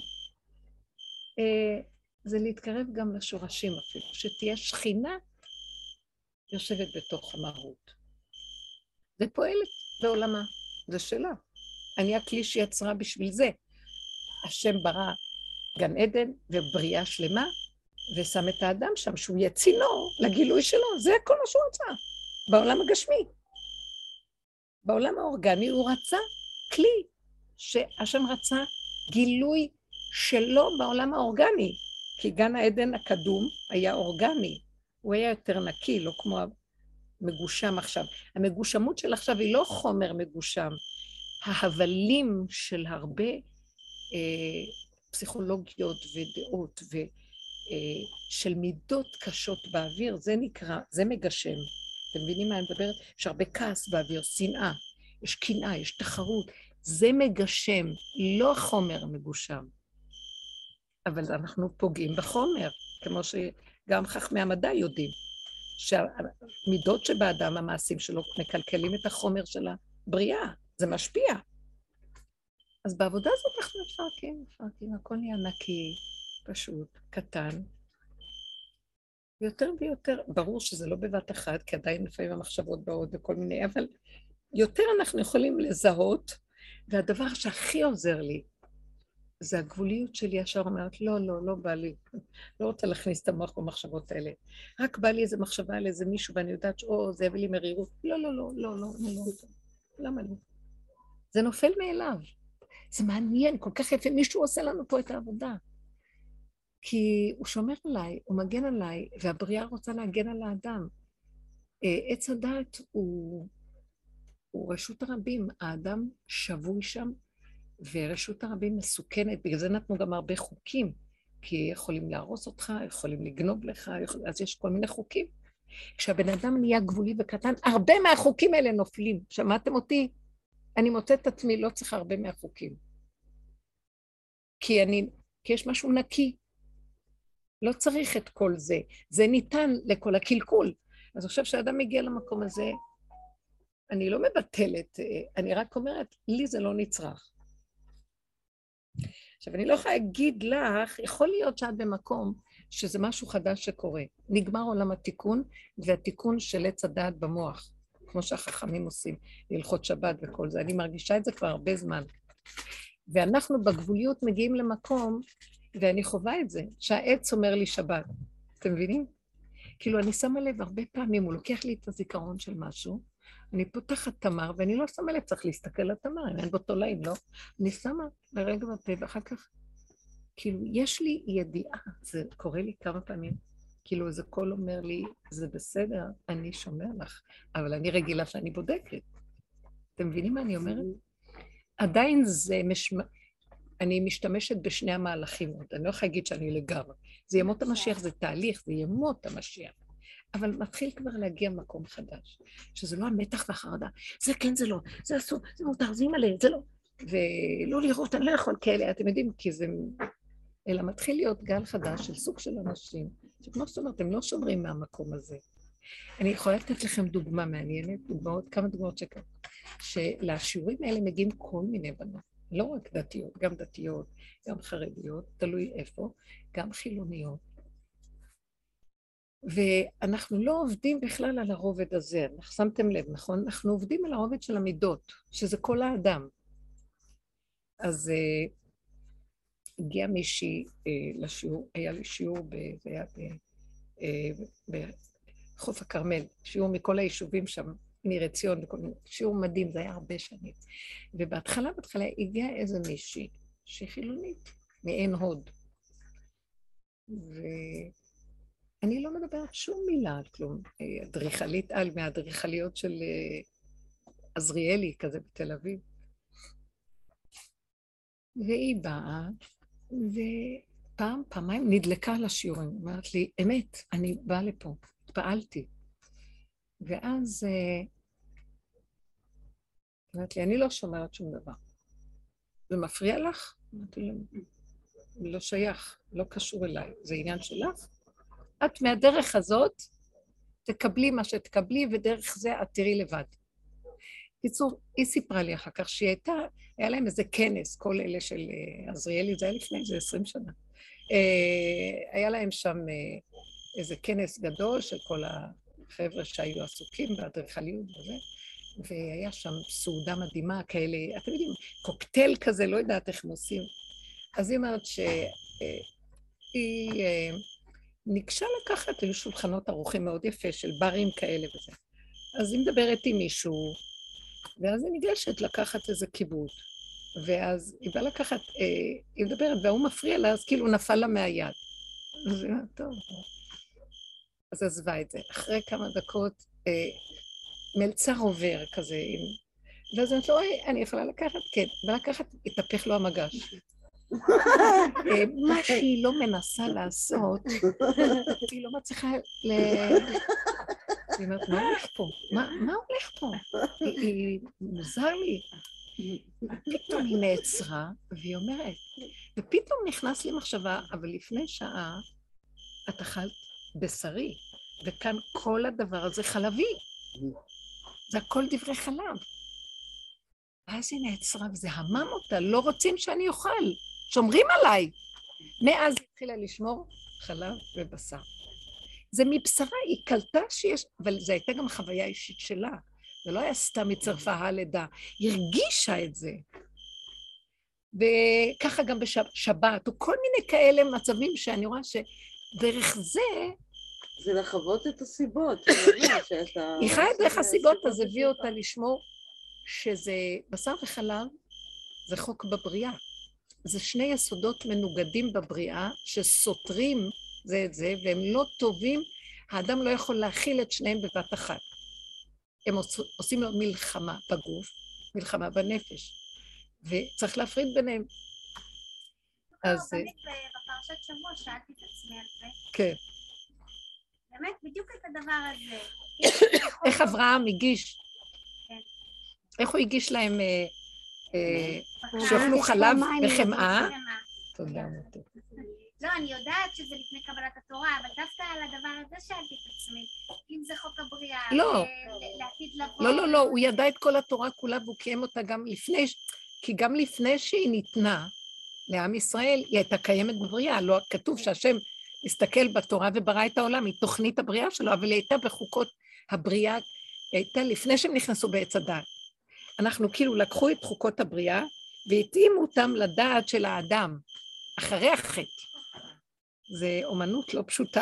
זה להתקרב גם לשורשים אפילו, שתהיה שכינה יושבת בתוך המהות. זה פועלת בעולמה, זה שלה. אני הכלי שיצרה בשביל זה. השם ברא גן עדן ובריאה שלמה, ושם את האדם שם, שהוא יהיה צינור לגילוי שלו, זה כל מה שהוא רצה, בעולם הגשמי. בעולם האורגני הוא רצה כלי, שהשם רצה גילוי שלו בעולם האורגני, כי גן העדן הקדום היה אורגני, הוא היה יותר נקי, לא כמו המגושם עכשיו. המגושמות של עכשיו היא לא חומר מגושם, ההבלים של הרבה אה, פסיכולוגיות ודעות ושל אה, מידות קשות באוויר, זה נקרא, זה מגשם. אתם מבינים מה אני מדברת? יש הרבה כעס באוויר, שנאה, יש קנאה, יש תחרות, זה מגשם, לא חומר מגושם. אבל אנחנו פוגעים בחומר, כמו שגם חכמי המדע יודעים, שהמידות שבאדם, המעשים שלו, מקלקלים את החומר של הבריאה, זה משפיע. אז בעבודה הזאת אנחנו מפרקים, מפרקים, הכל נהיה נקי, פשוט, קטן, ויותר ויותר, ברור שזה לא בבת אחת, כי עדיין לפעמים המחשבות באות וכל מיני, אבל יותר אנחנו יכולים לזהות והדבר שהכי עוזר לי, זה הגבוליות שלי ישר אומרת, לא, לא, לא בא לי, לא רוצה להכניס את המוח במחשבות האלה. רק בא לי איזה מחשבה על איזה מישהו, ואני יודעת שאו, זה הביא לי מרירות. לא, לא, לא, לא, לא, לא, לא. למה לא? זה נופל מאליו. זה מעניין, כל כך יפה, מישהו עושה לנו פה את העבודה. כי הוא שומר עליי, הוא מגן עליי, והבריאה רוצה להגן על האדם. עץ הדעת הוא, הוא רשות הרבים, האדם שבוי שם, ורשות הרבים מסוכנת, בגלל זה נתנו גם הרבה חוקים, כי יכולים להרוס אותך, יכולים לגנוב לך, יכול... אז יש כל מיני חוקים. כשהבן אדם נהיה גבולי וקטן, הרבה מהחוקים האלה נופלים. שמעתם אותי? אני מוצאת את עצמי, לא צריכה הרבה מהחוקים. כי, אני... כי יש משהו נקי. לא צריך את כל זה. זה ניתן לכל הקלקול. אז אני חושב שהאדם מגיע למקום הזה, אני לא מבטלת, אני רק אומרת, לי זה לא נצרך. עכשיו, אני לא יכולה להגיד לך, יכול להיות שאת במקום שזה משהו חדש שקורה. נגמר עולם התיקון, והתיקון של עץ הדעת במוח, כמו שהחכמים עושים, הלכות שבת וכל זה. אני מרגישה את זה כבר הרבה זמן. ואנחנו בגבוליות מגיעים למקום, ואני חווה את זה, שהעץ אומר לי שבת. אתם מבינים? כאילו, אני שמה לב הרבה פעמים, הוא לוקח לי את הזיכרון של משהו, אני פותחת תמר, ואני לא שמה לב, צריך להסתכל על תמר, אם אין בו תולעים, לא? אני שמה לרגע בפה, ואחר כך, כאילו, יש לי ידיעה, זה קורה לי כמה פעמים, כאילו, איזה קול אומר לי, זה בסדר, אני שומע לך, אבל אני רגילה שאני בודקת. אתם מבינים מה אני אומרת? עדיין זה משמע... אני משתמשת בשני המהלכים, אני לא יכולה להגיד שאני לגמרי. זה ימות המשיח, זה תהליך, זה ימות המשיח. אבל מתחיל כבר להגיע מקום חדש, שזה לא המתח והחרדה, זה כן, זה לא, זה אסור, זה מותר, זה ימלא, זה לא, ולא לראות, אני לא יכול כאלה, אתם יודעים, כי זה, אלא מתחיל להיות גל חדש של סוג של אנשים, שכמו שאת אומרת, הם לא שומרים מהמקום הזה. אני יכולה לתת לכם דוגמה מעניינת, דוגמאות, כמה דוגמאות שכאלה, שלשיעורים האלה מגיעים כל מיני בנות, לא רק דתיות, גם דתיות, גם חרדיות, תלוי איפה, גם חילוניות. ואנחנו לא עובדים בכלל על הרובד הזה, אנחנו שמתם לב, נכון? אנחנו עובדים על הרובד של המידות, שזה כל האדם. אז uh, הגיע מישהי uh, לשיעור, היה לי שיעור ב, זה היה ב, uh, בחוף הכרמל, שיעור מכל היישובים שם, ניר ציון, שיעור מדהים, זה היה הרבה שנים. ובהתחלה, בהתחלה הגיעה איזה מישהי, שהיא חילונית, מעין הוד. ו... אני לא מדברת שום מילה על כלום, אדריכלית על מהאדריכליות של עזריאלי כזה בתל אביב. והיא באה, ופעם, פעמיים נדלקה על השיעורים, אומרת לי, אמת, אני באה לפה, התפעלתי. ואז אומרת לי, אני לא שומרת שום דבר. זה מפריע לך? אמרתי לה, לא שייך, לא קשור אליי, זה עניין שלך? את מהדרך הזאת תקבלי מה שתקבלי, ודרך זה את תראי לבד. קיצור, היא סיפרה לי אחר כך שהיא הייתה, היה להם איזה כנס, כל אלה של עזריאלי, זה היה לפני איזה עשרים שנה. היה להם שם איזה כנס גדול של כל החבר'ה שהיו עסוקים באדריכליות וזה, והיה שם סעודה מדהימה כאלה, אתם יודעים, קוקטייל כזה, לא יודעת איך הם עושים. אז היא אומרת שהיא... ניגשה לקחת, היו שולחנות ארוכים מאוד יפה של ברים כאלה וזה. אז היא מדברת עם מישהו, ואז היא ניגשת לקחת איזה כיבוד. ואז היא באה לקחת, אה, היא מדברת, והוא מפריע לה, אז כאילו נפל לה מהיד. אז היא אומרת, טוב. אז עזבה את זה. אחרי כמה דקות, אה, מלצר עובר כזה, עם... ואז היא אומרת לו, אני יכולה לקחת? כן. ולקחת, התהפך לו המגש. מה שהיא לא מנסה לעשות, היא לא מצליחה ל... היא אומרת, מה הולך פה? מה הולך פה? היא מוזר לי. פתאום היא נעצרה, והיא אומרת, ופתאום נכנס לי מחשבה, אבל לפני שעה את אכלת בשרי, וכאן כל הדבר הזה חלבי. זה הכל דברי חלב. ואז היא נעצרה, וזה המם אותה, לא רוצים שאני אוכל. שומרים עליי. מאז התחילה לשמור חלב ובשר. זה מבשרה, היא קלטה שיש, אבל זו הייתה גם חוויה אישית שלה. זה לא היה סתם מצרפה הלידה, היא הרגישה את זה. וככה גם בשבת, או כל מיני כאלה מצבים שאני רואה שדרך זה, זה לחוות את הסיבות. היא חיה דרך הסיבות, אז הביא אותה לשמור שזה בשר וחלב, זה חוק בבריאה. זה שני יסודות מנוגדים בבריאה, שסותרים זה את זה, והם לא טובים, האדם לא יכול להכיל את שניהם בבת אחת. הם עושים לו מלחמה בגוף, מלחמה בנפש, וצריך להפריד ביניהם. אז... באמת בפרשת שבוע שאלתי את עצמי על זה. כן. באמת, בדיוק את הדבר הזה. איך אברהם הגיש? איך הוא הגיש להם שאוכלו חלב וחמאה? תודה מותי. לא, אני יודעת שזה לפני קבלת התורה, אבל דווקא על הדבר הזה שאלתי את עצמי, אם זה חוק הבריאה, לא. לעתיד לבוא... לא, לא, לא, הוא ידע את כל התורה כולה והוא קיים אותה גם לפני, כי גם לפני שהיא ניתנה לעם ישראל, היא הייתה קיימת בבריאה, לא כתוב שהשם הסתכל בתורה וברא את העולם, היא תוכנית הבריאה שלו, אבל היא הייתה בחוקות הבריאה, היא הייתה לפני שהם נכנסו בעץ הדעת. אנחנו כאילו לקחו את חוקות הבריאה והתאימו אותם לדעת של האדם, אחרי החטא. זה אומנות לא פשוטה.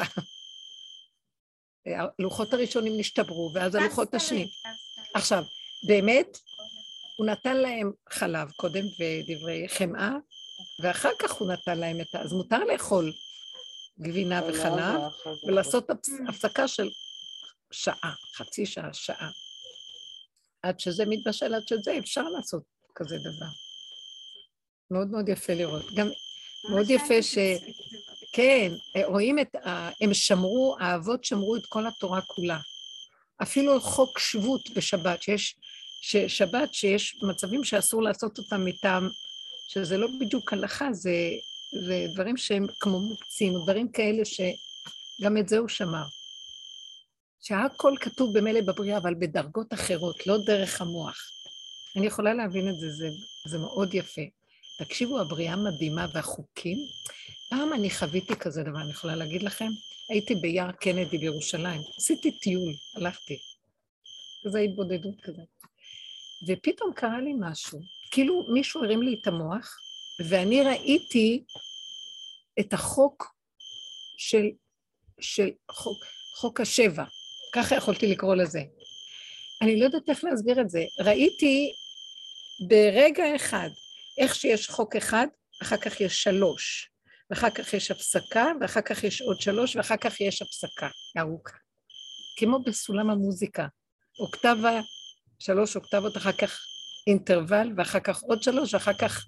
הלוחות הראשונים נשתברו, ואז הלוחות השניים. עכשיו, באמת, הוא נתן להם חלב קודם ודברי חמאה, ואחר כך הוא נתן להם את ה... אז מותר לאכול גבינה וחלב, ולעשות הפסקה של שעה, חצי שעה, שעה. עד שזה מתבשל, עד שזה אפשר לעשות כזה דבר. מאוד מאוד יפה לראות. גם מאוד יפה ש... כן, רואים את ה... הם שמרו, האבות שמרו את כל התורה כולה. אפילו חוק שבות בשבת, שיש... ששבת שיש מצבים שאסור לעשות אותם מטעם, שזה לא בדיוק הלכה, זה, זה דברים שהם כמו מוקצים, דברים כאלה שגם את זה הוא שמר. שהכל כתוב במילא בבריאה, אבל בדרגות אחרות, לא דרך המוח. אני יכולה להבין את זה, זה, זה מאוד יפה. תקשיבו, הבריאה מדהימה והחוקים. פעם אני חוויתי כזה דבר, אני יכולה להגיד לכם? הייתי ביער קנדי בירושלים, עשיתי טיול, הלכתי. כזה התבודדות כזה. ופתאום קרה לי משהו, כאילו מישהו הרים לי את המוח, ואני ראיתי את החוק של, של חוק, חוק השבע, ככה יכולתי לקרוא לזה. אני לא יודעת איך להסביר את זה. ראיתי ברגע אחד, איך שיש חוק אחד, אחר כך יש שלוש, ואחר כך יש הפסקה, ואחר כך יש עוד שלוש, ואחר כך יש הפסקה ארוכה. כמו בסולם המוזיקה, אוקטבה, שלוש אוקטבות, אחר כך אינטרוול, ואחר כך עוד שלוש, ואחר כך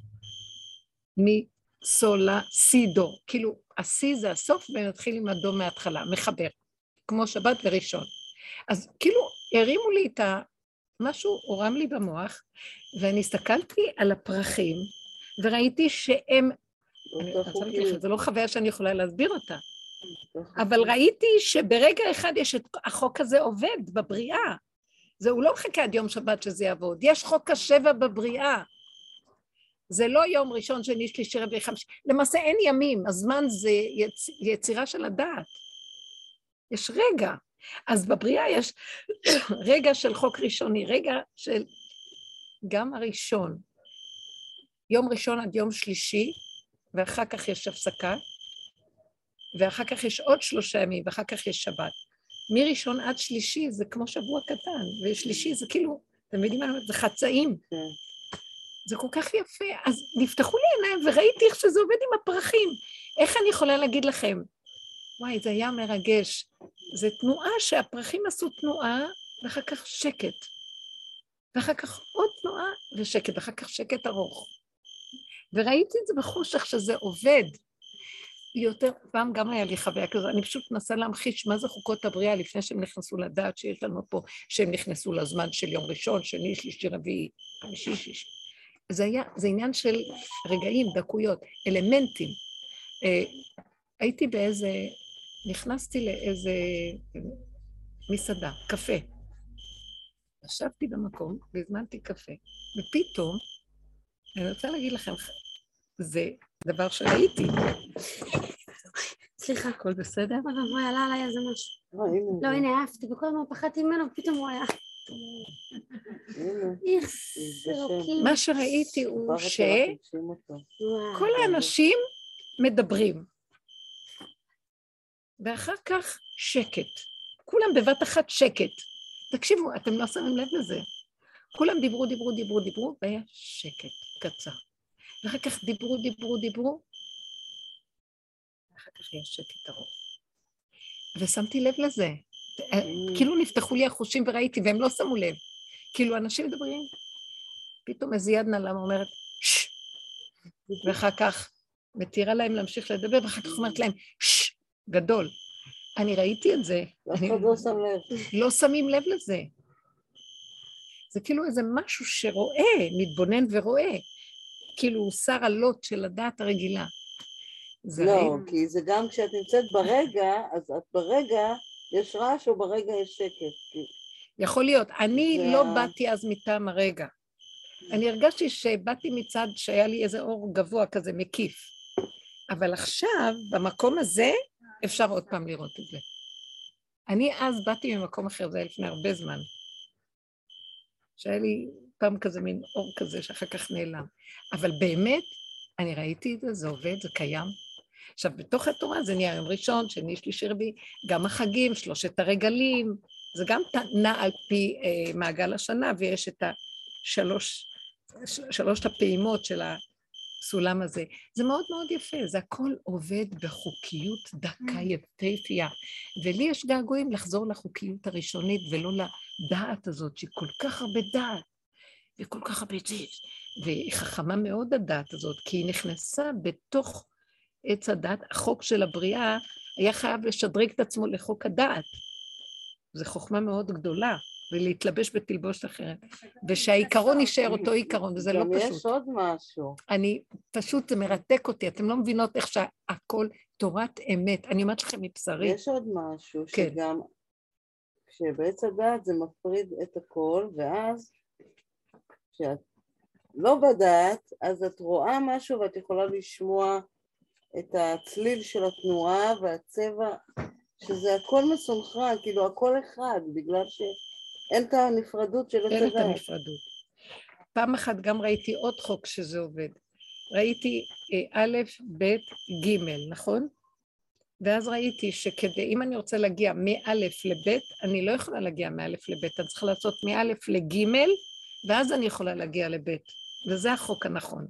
מסולה, סידו. כאילו, הסי זה הסוף, ונתחיל עם הדו מההתחלה, מחבר, כמו שבת וראשון. אז כאילו, הרימו לי את ה... משהו הורם לי במוח, ואני הסתכלתי על הפרחים, וראיתי שהם... זה לא חוויה שאני יכולה להסביר אותה, אבל ראיתי שברגע אחד יש את החוק הזה עובד בבריאה. זה הוא לא מחכה עד יום שבת שזה יעבוד, יש חוק השבע בבריאה. זה לא יום ראשון, שני, שלישי, רביעי, חמישי, למעשה אין ימים, הזמן זה יצ... יצירה של הדעת. יש רגע, אז בבריאה יש רגע של חוק ראשוני, רגע של גם הראשון, יום ראשון עד יום שלישי, ואחר כך יש הפסקה, ואחר כך יש עוד שלושה ימים, ואחר כך יש שבת. מראשון עד שלישי זה כמו שבוע קטן, ושלישי זה כאילו, אתם יודעים מה, זה חצאים. זה כל כך יפה. אז נפתחו לי עיניים וראיתי איך שזה עובד עם הפרחים. איך אני יכולה להגיד לכם? וואי, זה היה מרגש. זה תנועה שהפרחים עשו תנועה, ואחר כך שקט. ואחר כך עוד תנועה ושקט, ואחר כך שקט ארוך. וראיתי את זה בחושך שזה עובד. יותר, פעם גם היה לי חוויה כזו, אני פשוט מנסה להמחיש מה זה חוקות הבריאה לפני שהם נכנסו לדעת שיש לנו פה, שהם נכנסו לזמן של יום ראשון, שני, שלישי, רביעי, חמישי, שישי. זה היה, זה עניין של רגעים, דקויות, אלמנטים. אה, הייתי באיזה, נכנסתי לאיזה מסעדה, קפה. ישבתי במקום והזמנתי קפה, ופתאום, אני רוצה להגיד לכם, זה דבר שראיתי. סליחה. הכל בסדר? אבל הוא עלה עליי איזה משהו. לא, הנה, אהבתי, וכל הזמן פחדתי ממנו, פתאום הוא היה. הנה, איכס, להתגשם. אלוקים. מה שראיתי הוא הפחד שלך הגשים אותו. וואו. שכל האנשים מדברים, ואחר כך שקט. כולם בבת אחת שקט. תקשיבו, אתם לא שמים לב לזה. כולם דיברו, דיברו, דיברו, דיברו, והיה שקט קצר. ואחר כך דיברו, דיברו, דיברו, ואחר כך היה שקט ארוך. ושמתי לב לזה. כאילו נפתחו לי החושים וראיתי, והם לא שמו לב. כאילו אנשים מדברים, פתאום איזו יד נעלם אומרת, ששש, ואחר כך מתירה להם להמשיך לדבר, ואחר כך אומרת להם, ששש, גדול. אני ראיתי את זה. אף אני- אחד לא שם לב. לא שמים לב לזה. זה כאילו איזה משהו שרואה, מתבונן ורואה, כאילו הוא שר הלוט של הדעת הרגילה. זה לא, ראי- כי זה גם כשאת נמצאת ברגע, אז את ברגע, יש רעש או ברגע יש שקט. כי- יכול להיות. אני זה לא ה- באתי אז מטעם הרגע. אני הרגשתי שבאתי מצד שהיה לי איזה אור גבוה כזה, מקיף. אבל עכשיו, במקום הזה, אפשר עוד פעם לראות את זה. אני אז באתי ממקום אחר, זה היה לפני הרבה זמן. שהיה לי פעם כזה מין אור כזה שאחר כך נעלם. אבל באמת, אני ראיתי את זה, זה עובד, זה קיים. עכשיו, בתוך התורה זה נהיה יום ראשון, שני, שלישי, רביעי, גם החגים, שלושת הרגלים, זה גם נע על פי אה, מעגל השנה, ויש את השלוש, שלוש הפעימות של הסולם הזה. זה מאוד מאוד יפה, זה הכל עובד בחוקיות דקה יפהפייה. ולי יש געגועים לחזור לחוקיות הראשונית, ולא לדעת הזאת, שהיא כל כך הרבה דעת, וכל כך הרבה זיו, והיא חכמה מאוד הדעת הזאת, כי היא נכנסה בתוך עץ הדעת. החוק של הבריאה היה חייב לשדרג את עצמו לחוק הדעת. זו חוכמה מאוד גדולה, ולהתלבש בתלבושת אחרת. ושהעיקרון יישאר אותו עיקרון, וזה לא גם פשוט. יש עוד משהו. אני, פשוט זה מרתק אותי, אתם לא מבינות איך שהכל תורת אמת. אני אומרת לכם מבשרי. יש עוד משהו כן. שגם, כשבעץ הדעת זה מפריד את הכל, ואז כשאת לא בדעת, אז את רואה משהו ואת יכולה לשמוע את הצליל של התנועה והצבע, שזה הכל מסונכרן, כאילו הכל אחד, בגלל שאין את הנפרדות של עץ אין את הדעת. הנפרדות. פעם אחת גם ראיתי עוד חוק שזה עובד. ראיתי אה, א', ב', ג', נכון? ואז ראיתי שכדי, אם אני רוצה להגיע מא' לב', אני לא יכולה להגיע מא' לב', אני צריכה לעשות מא' לג', ואז אני יכולה להגיע לב', וזה החוק הנכון.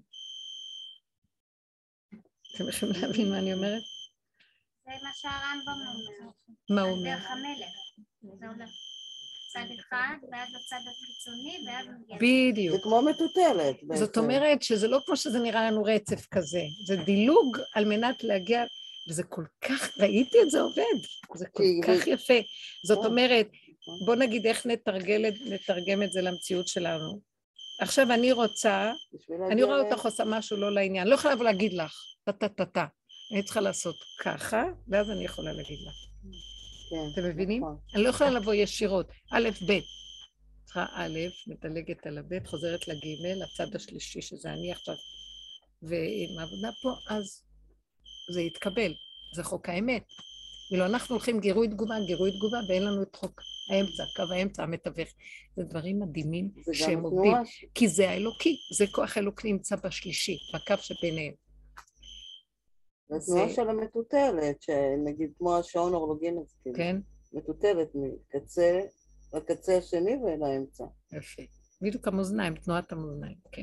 אתם יכולים להבין מה אני אומרת? זה מה שהרמב"ם אומר. מה על הוא אומר? דרך המלך. זה הולך צד אחד, ואז הצד החיצוני, ואז מגיע. זה בדיוק. כמו מטוטלת. בעצם. זאת אומרת שזה לא כמו שזה נראה לנו רצף כזה, זה דילוג על מנת להגיע, וזה כל כך, ראיתי את זה עובד, זה כל כי- כך יפה. זאת כן. אומרת, בוא נגיד איך נתרגל, נתרגם את זה למציאות שלנו. עכשיו אני רוצה, בשביל אני להגיע רואה ל- אותך עושה משהו לא לעניין, לא יכולה לבוא להגיד לך, טה-טה-טה-טה. אני צריכה לעשות ככה, ואז אני יכולה להגיד לך. כן, אתם מבינים? נכון. אני לא יכולה לבוא ישירות, א', ב'. צריכה א', מדלגת על הב', חוזרת לג', הצד השלישי שזה אני עכשיו, ועם העבודה פה, אז זה יתקבל, זה חוק האמת. ואילו אנחנו הולכים גירוי תגובה, גירוי תגובה, ואין לנו את חוק האמצע, קו האמצע, המתווך. זה דברים מדהימים זה שהם גם עובדים, תנועה, כי זה האלוקי, זה כוח אלוקי נמצא בשלישי, בקו שביניהם. התנועה זה- של המטוטלת, שנגיד כמו השעון אורלוגינוס, כאילו, כן? מטוטלת מקצה לקצה השני ולאמצע. יפה. בדיוק המאזניים, תנועת המאזניים, כן.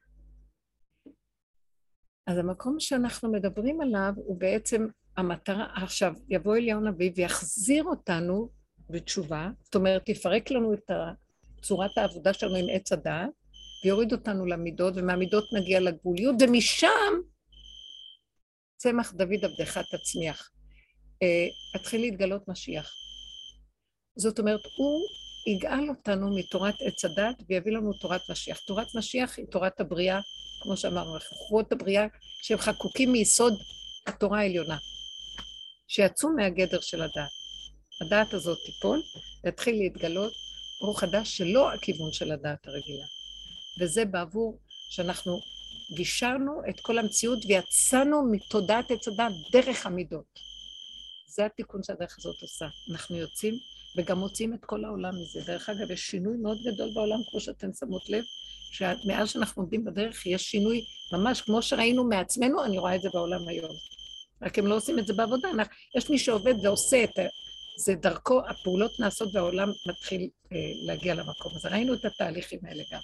אז המקום שאנחנו מדברים עליו הוא בעצם המטרה, עכשיו יבוא אליהו הנביא ויחזיר אותנו בתשובה, זאת אומרת יפרק לנו את צורת העבודה שלנו עם עץ הדעת, ויוריד אותנו למידות, ומהמידות נגיע לגבוליות, ומשם צמח דוד עבדך תצמיח. התחיל להתגלות משיח. זאת אומרת, הוא יגאל אותנו מתורת עץ הדת ויביא לנו תורת משיח. תורת משיח היא תורת הבריאה, כמו שאמרנו, חוקות הבריאה, שהם חקוקים מיסוד התורה העליונה, שיצאו מהגדר של הדת. הדת הזאת תיפול, יתחיל להתגלות אור חדש שלא הכיוון של הדת הרגילה. וזה בעבור שאנחנו גישרנו את כל המציאות ויצאנו מתודעת עץ הדת דרך המידות. זה התיקון שהדרך הזאת עושה. אנחנו יוצאים וגם מוצאים את כל העולם מזה. דרך אגב, יש שינוי מאוד גדול בעולם, כמו שאתן שמות לב, שמאז שאנחנו עומדים בדרך, יש שינוי ממש כמו שראינו מעצמנו, אני רואה את זה בעולם היום. רק הם לא עושים את זה בעבודה, יש מי שעובד ועושה את ה... זה דרכו, הפעולות נעשות והעולם מתחיל אה, להגיע למקום הזה. ראינו את התהליכים האלה גם.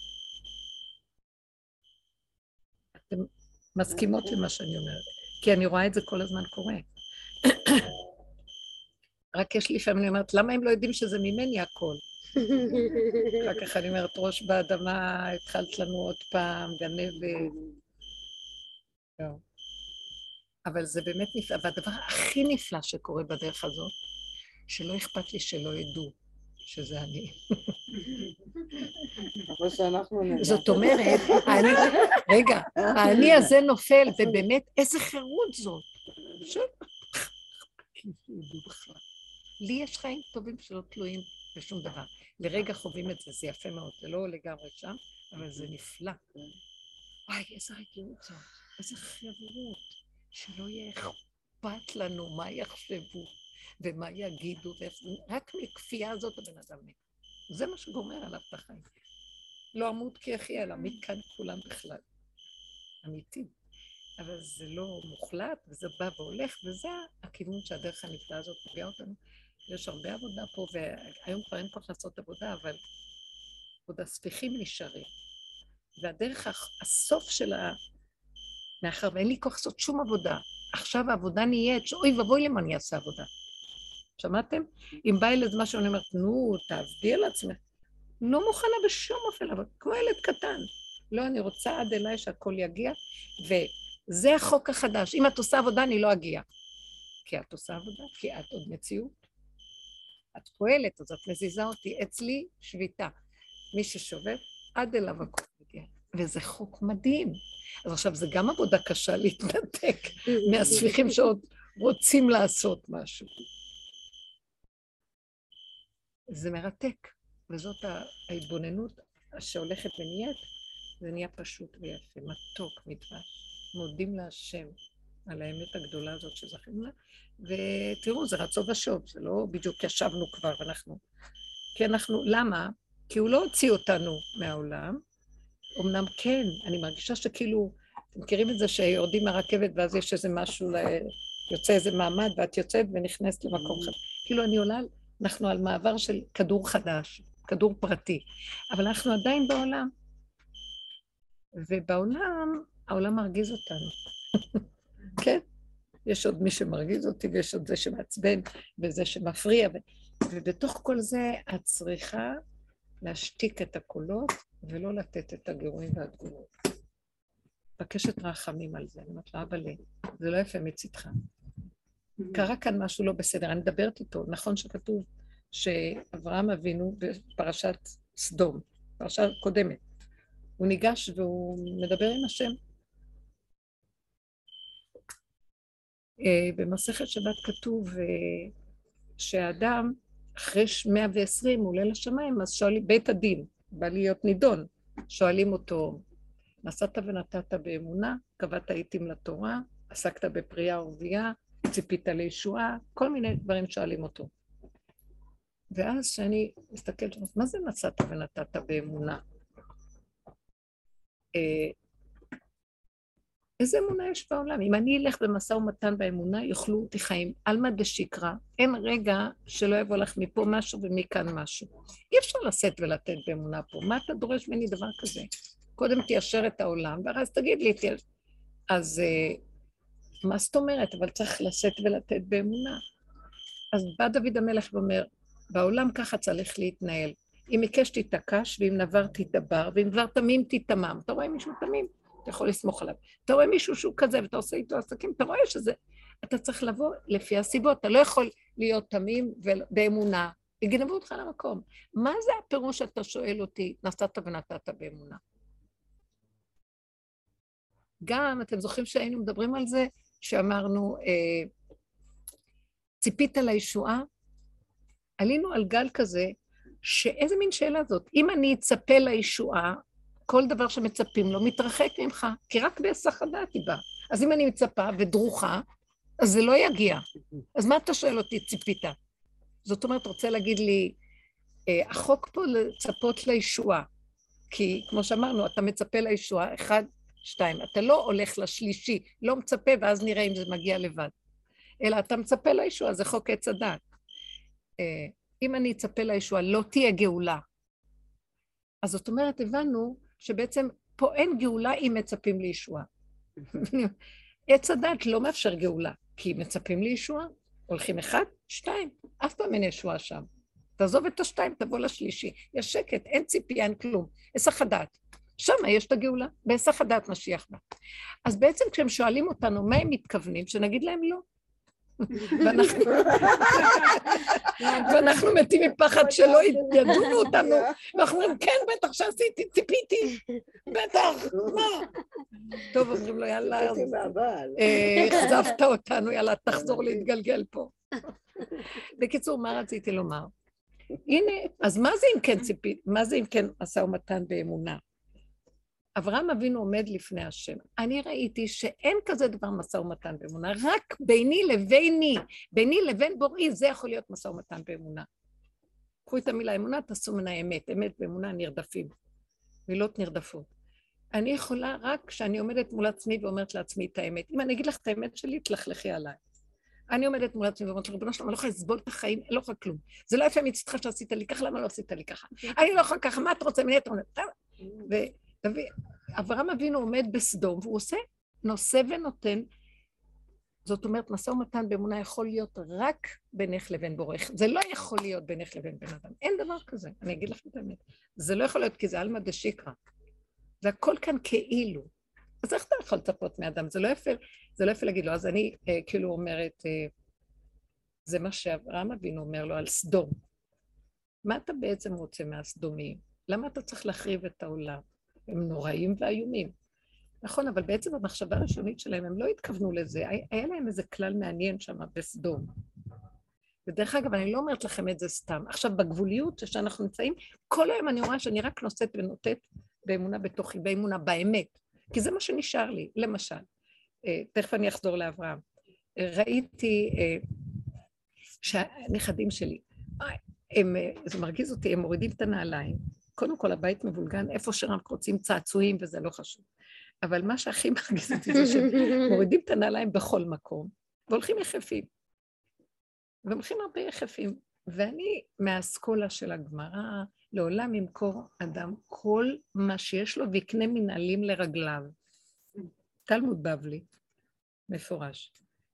אתם מסכימות למה שאני אומרת, כי אני רואה את זה כל הזמן קורה. רק יש לי לפעמים, אני אומרת, למה הם לא יודעים שזה ממני הכל? אחר כך אני אומרת, ראש באדמה, התחלת לנו עוד פעם, גנבת. אבל זה באמת נפלא, והדבר הכי נפלא שקורה בדרך הזאת, שלא אכפת לי שלא ידעו שזה אני. אבל שאנחנו נדע. זאת אומרת, רגע, האני הזה נופל, ובאמת איזה חירות זאת. לי יש חיים טובים שלא תלויים בשום דבר. לרגע חווים את זה, זה יפה מאוד, זה לא לגמרי שם, אבל זה נפלא. וואי, איזה רגיעות זאת, איזה חברות, שלא יהיה אכפת לנו מה יחשבו ומה יגידו, רק מכפייה הזאת הבן אדם מת. זה מה שגומר עליו את החיים. לא אמות כי אחיה, אלא מכאן כולם בכלל. אמיתי. אבל זה לא מוחלט, וזה בא והולך, וזה הכיוון שהדרך הנפלאה הזאת מביאה אותנו. יש הרבה עבודה פה, והיום כבר אין כוח לעשות עבודה, אבל עוד הספיחים נשארים. והדרך הסוף של ה... מאחר ואין לי כוח לעשות שום עבודה, עכשיו העבודה נהיית, שאוי ובואי למה אני אעשה עבודה. שמעתם? אם בא ילד משהו, אני אומרת, נו, תעבדי על עצמך. לא מוכנה בשום אופן, אבל כמו ילד קטן. לא, אני רוצה עד אליי שהכל יגיע, וזה החוק החדש. אם את עושה עבודה, אני לא אגיע. כי את עושה עבודה, כי את עוד מציאות. את פועלת, אז את מזיזה אותי. אצלי שביתה. מי ששובת, עד אליו הכל יגיע. וזה חוק מדהים. אז עכשיו, זה גם עבודה קשה להתנתק מהספיחים שעוד רוצים לעשות משהו. זה מרתק, וזאת ההתבוננות שהולכת ונהיית, זה נהיה פשוט ויפה, מתוק, מדבש. מודים להשם על האמת הגדולה הזאת שזכינו לה, ותראו, זה רצו ושוב, זה לא בדיוק ישבנו כבר, ואנחנו... כי אנחנו, למה? כי הוא לא הוציא אותנו מהעולם, אמנם כן, אני מרגישה שכאילו, אתם מכירים את זה שיורדים מהרכבת, ואז יש איזה משהו, יוצא איזה מעמד, ואת יוצאת ונכנסת למקום חדש. כאילו אני עולה, אנחנו על מעבר של כדור חדש, כדור פרטי, אבל אנחנו עדיין בעולם. ובעולם, העולם מרגיז אותנו. כן? יש עוד מי שמרגיז אותי, ויש עוד זה שמעצבן, וזה שמפריע, ו... ובתוך כל זה את צריכה להשתיק את הקולות, ולא לתת את הגירויים והתגובות. בקשת רחמים על זה, אני אומרת לה, אבל זה לא יפה מצדך. קרה כאן משהו לא בסדר, אני מדברת איתו, נכון שכתוב שאברהם אבינו בפרשת סדום, פרשה קודמת, הוא ניגש והוא מדבר עם השם. במסכת שבת כתוב שהאדם אחרי מאה ועשרים הוא עולה לשמיים, אז שואלים, בית הדין, בא להיות נידון, שואלים אותו, נסעת ונתת באמונה, קבעת עיתים לתורה, עסקת בפרייה ורבייה, ציפית לישועה, כל מיני דברים שואלים אותו. ואז שאני מסתכלת, מה זה נסעת ונתת באמונה? איזה אמונה יש בעולם? אם אני אלך במשא ומתן באמונה, יאכלו אותי חיים. עלמא דשיקרא, אין רגע שלא יבוא לך מפה משהו ומכאן משהו. אי אפשר לשאת ולתת באמונה פה. מה אתה דורש ממני דבר כזה? קודם תיישר את העולם, ואז תגיד לי, תייש... אז מה זאת אומרת? אבל צריך לשאת ולתת באמונה. אז בא דוד המלך ואומר, בעולם ככה צריך להתנהל. אם עיקש תתעקש, ואם נבר תתדבר, ואם דבר תמים תתמם. אתה רואה מישהו תמים? אתה יכול לסמוך עליו. אתה רואה מישהו שהוא כזה, ואתה עושה איתו עסקים, אתה רואה שזה... אתה צריך לבוא לפי הסיבות, אתה לא יכול להיות תמים באמונה, יגנבו אותך למקום. מה זה הפירוש שאתה שואל אותי, נסעת ונתת באמונה? גם, אתם זוכרים שהיינו מדברים על זה, שאמרנו, אה, ציפית לישועה? עלינו על גל כזה, שאיזה מין שאלה זאת? אם אני אצפה לישועה, כל דבר שמצפים לו מתרחק ממך, כי רק בהיסח הדעת היא באה. אז אם אני מצפה ודרוכה, אז זה לא יגיע. אז מה אתה שואל אותי, ציפית? זאת אומרת, רוצה להגיד לי, החוק פה לצפות לישועה, כי כמו שאמרנו, אתה מצפה לישועה, אחד, שתיים, אתה לא הולך לשלישי, לא מצפה ואז נראה אם זה מגיע לבד, אלא אתה מצפה לישועה, זה חוק עץ הדת. אם אני אצפה לישועה, לא תהיה גאולה. אז זאת אומרת, הבנו שבעצם פה אין גאולה אם מצפים לישועה. עץ הדת לא מאפשר גאולה, כי מצפים לישועה, הולכים אחד, שתיים, אף פעם אין ישועה שם. תעזוב את השתיים, תבוא לשלישי. יש שקט, אין ציפייה, אין כלום. היסח הדעת. שם יש את הגאולה, בהיסח הדעת משיח בה. אז בעצם כשהם שואלים אותנו מה הם מתכוונים, שנגיד להם לא. ואנחנו, ואנחנו מתים מפחד שלא ידונו אותנו, ואנחנו אומרים, כן, בטח שעשיתי, ציפיתי, בטח, מה? טוב, אומרים לו, יאללה, חזבת אותנו, יאללה, תחזור להתגלגל פה. בקיצור, מה רציתי לומר? הנה, אז מה זה אם כן ציפית? מה זה אם כן משא ומתן באמונה? אברהם אבינו עומד לפני השם. אני ראיתי שאין כזה דבר משא ומתן באמונה, רק ביני לביני, ביני לבין בוראי, זה יכול להיות משא ומתן באמונה. קחו את המילה אמונה, תעשו מנה אמת, אמת באמונה נרדפים, מילות נרדפות. אני יכולה רק כשאני עומדת מול עצמי ואומרת לעצמי את האמת. אם אני אגיד לך את האמת שלי, תלכלכי עליי. אני עומדת מול עצמי ואומרת, ריבונו שלום, אני לא יכולה לסבול את החיים, לא יכולה כלום. זה לא יפה מצדך שעשית לי ככה, למה לא עשית לי ככה? אני לא יכולה ככה, מה אתה רוצה? מנהלת אומרת, אברהם אבינו עומד בסדום, והוא עושה, נושא ונותן, זאת אומרת, משא ומתן באמונה יכול להיות רק בינך לבין בורך, זה לא יכול להיות בינך לבין בן אדם, אין דבר כזה, אני אגיד לך את האמת, זה לא יכול להיות כי זה אלמא דשיקרא, זה הכל כאן כאילו, אז איך אתה יכול לצפות מאדם, זה לא יפה, זה לא יפה להגיד לו, אז אני אה, כאילו אומרת, אה, זה מה שאברהם אבינו אומר לו על סדום, מה אתה בעצם רוצה מהסדומיים? למה אתה צריך להחריב את העולם? הם נוראים ואיומים. נכון, אבל בעצם במחשבה הראשונית שלהם, הם לא התכוונו לזה, היה להם איזה כלל מעניין שם בסדום. ודרך אגב, אני לא אומרת לכם את זה סתם. עכשיו, בגבוליות שאנחנו נמצאים, כל היום אני רואה שאני רק נושאת ונותת באמונה בתוכי, באמונה, באמת. כי זה מה שנשאר לי, למשל. תכף אני אחזור לאברהם. ראיתי שהנכדים שלי, הם, זה מרגיז אותי, הם מורידים את הנעליים. קודם כל, הבית מבולגן, איפה שרק רוצים צעצועים, וזה לא חשוב. אבל מה שהכי מרגיז אותי זה שמורידים את הנעליים בכל מקום, והולכים יחפים. והולכים הרבה יחפים. ואני, מהאסכולה של הגמרא, לעולם ימכור אדם כל מה שיש לו, ויקנה מנהלים לרגליו. תלמוד בבלי, מפורש.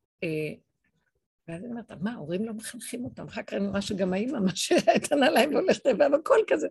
ואז אני אומרת, מה, ההורים לא מחנכים אותם? אחר כך אני רואה שגם האמא משאירה את הנעליים והולכת לבד, הכל כזה.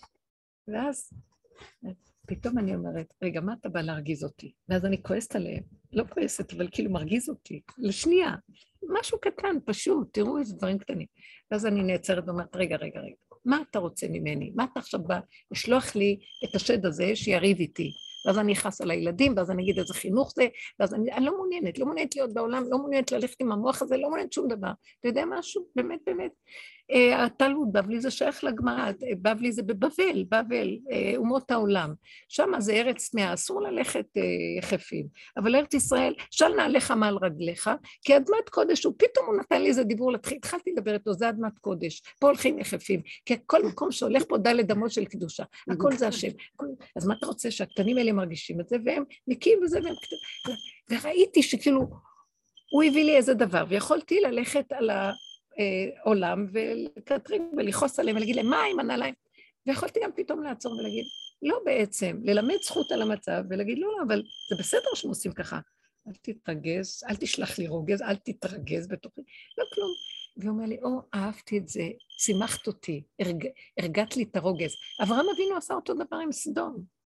ואז פתאום אני אומרת, רגע, מה אתה בא להרגיז אותי? ואז אני כועסת עליהם, לא כועסת, אבל כאילו מרגיז אותי, לשנייה, משהו קטן, פשוט, תראו איזה דברים קטנים. ואז אני נעצרת ואומרת, רגע, רגע, רגע, מה אתה רוצה ממני? מה אתה עכשיו בא לשלוח לי את השד הזה שיריב איתי? ואז אני אכעס על הילדים, ואז אני אגיד איזה חינוך זה, ואז אני, אני לא מעוניינת, לא מעוניינת להיות בעולם, לא מעוניינת ללכת עם המוח הזה, לא מעוניינת שום דבר. אתה יודע משהו? באמת, באמת. התלמוד בבלי זה שייך לגמרא, בבלי זה בבבל, בבל, אומות העולם. שם זה ארץ טמאה, אסור ללכת יחפים. אבל ארץ ישראל, של נעליך מעל רגליך, כי אדמת קודש, ופתאום הוא נתן לי איזה דיבור, התחלתי לדבר איתו, זה אדמת קודש, פה הולכים יחפים, כי כל מקום שהולך פה דלת אמות של קדושה, הכל זה השם. אז מה אתה רוצה שהקטנים האלה מרגישים את זה, והם נקיים בזה, והם קטנים. וראיתי שכאילו, הוא הביא לי איזה דבר, ויכולתי ללכת על ה... עולם ולקטרין ולחוס עליהם ולהגיד להם מה עם הנעליים ויכולתי גם פתאום לעצור ולהגיד לא בעצם, ללמד זכות על המצב ולהגיד לא, לא, אבל זה בסדר שהם עושים ככה, אל תתרגז, אל תשלח לי רוגז, אל תתרגז בתוכי, לא כלום. והוא אומר לי, או, אהבתי את זה, שימחת אותי, הרג, הרגעת לי את הרוגז. אברהם אבינו עשה אותו דבר עם סדום.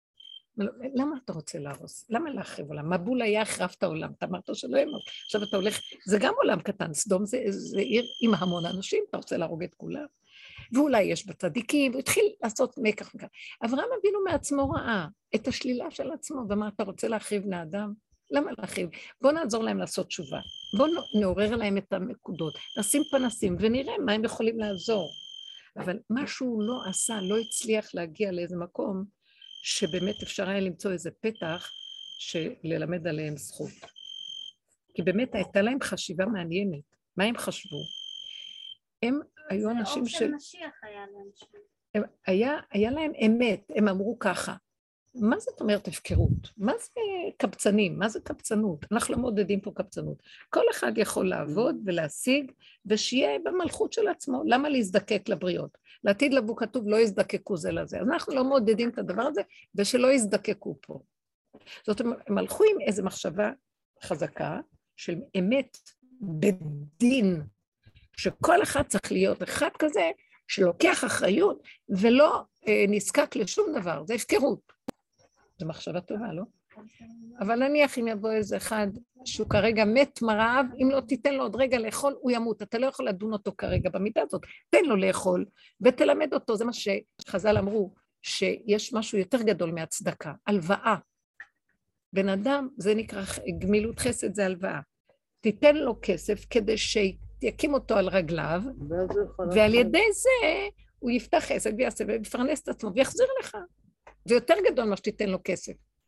למה אתה רוצה להרוס? למה להחריב עולם? מבול היה החרבת העולם, אתה אמרת שלא ימות. עכשיו אתה הולך, זה גם עולם קטן, סדום זה, זה עיר עם המון אנשים, אתה רוצה להרוג את כולם. ואולי יש בצדיקים, הוא התחיל לעשות מקח וכך. אברהם אבינו מעצמו ראה את השלילה של עצמו, ומה אתה רוצה להחריב בני אדם? למה להחריב? בוא נעזור להם לעשות תשובה, בוא נעורר להם את הנקודות, נשים פנסים ונראה מה הם יכולים לעזור. אבל מה שהוא לא עשה, לא הצליח להגיע לאיזה מקום, שבאמת אפשר היה למצוא איזה פתח של ללמד עליהם זכות. כי באמת הייתה להם חשיבה מעניינת. מה הם חשבו? הם היו זה אנשים אור של... של משיח היה להם שם. הם- היה, היה להם אמת, הם אמרו ככה. מה זאת אומרת הפקרות? מה זה קבצנים? מה זה קבצנות? אנחנו לא מעודדים פה קבצנות. כל אחד יכול לעבוד ולהשיג, ושיהיה במלכות של עצמו. למה להזדקק לבריות? לעתיד לבוא כתוב, לא יזדקקו זה לזה. אז אנחנו לא מעודדים את הדבר הזה, ושלא יזדקקו פה. זאת אומרת, הם הלכו עם איזו מחשבה חזקה, של אמת בדין, שכל אחד צריך להיות אחד כזה, שלוקח אחריות, ולא אה, נזקק לשום דבר. זה הפקרות. זו מחשבה טובה, לא? אבל נניח אם יבוא איזה אחד שהוא כרגע מת מרעב, אם לא תיתן לו עוד רגע לאכול, הוא ימות. אתה לא יכול לדון אותו כרגע במידה הזאת. תן לו לאכול ותלמד אותו. זה מה שחז"ל אמרו, שיש משהו יותר גדול מהצדקה, הלוואה. בן אדם, זה נקרא גמילות חסד, זה הלוואה. תיתן לו כסף כדי שיקים אותו על רגליו, ועל ידי זה הוא יפתח חסד ויעשה ויפרנס את עצמו ויחזיר לך. זה יותר גדול מה שתיתן לו כסף.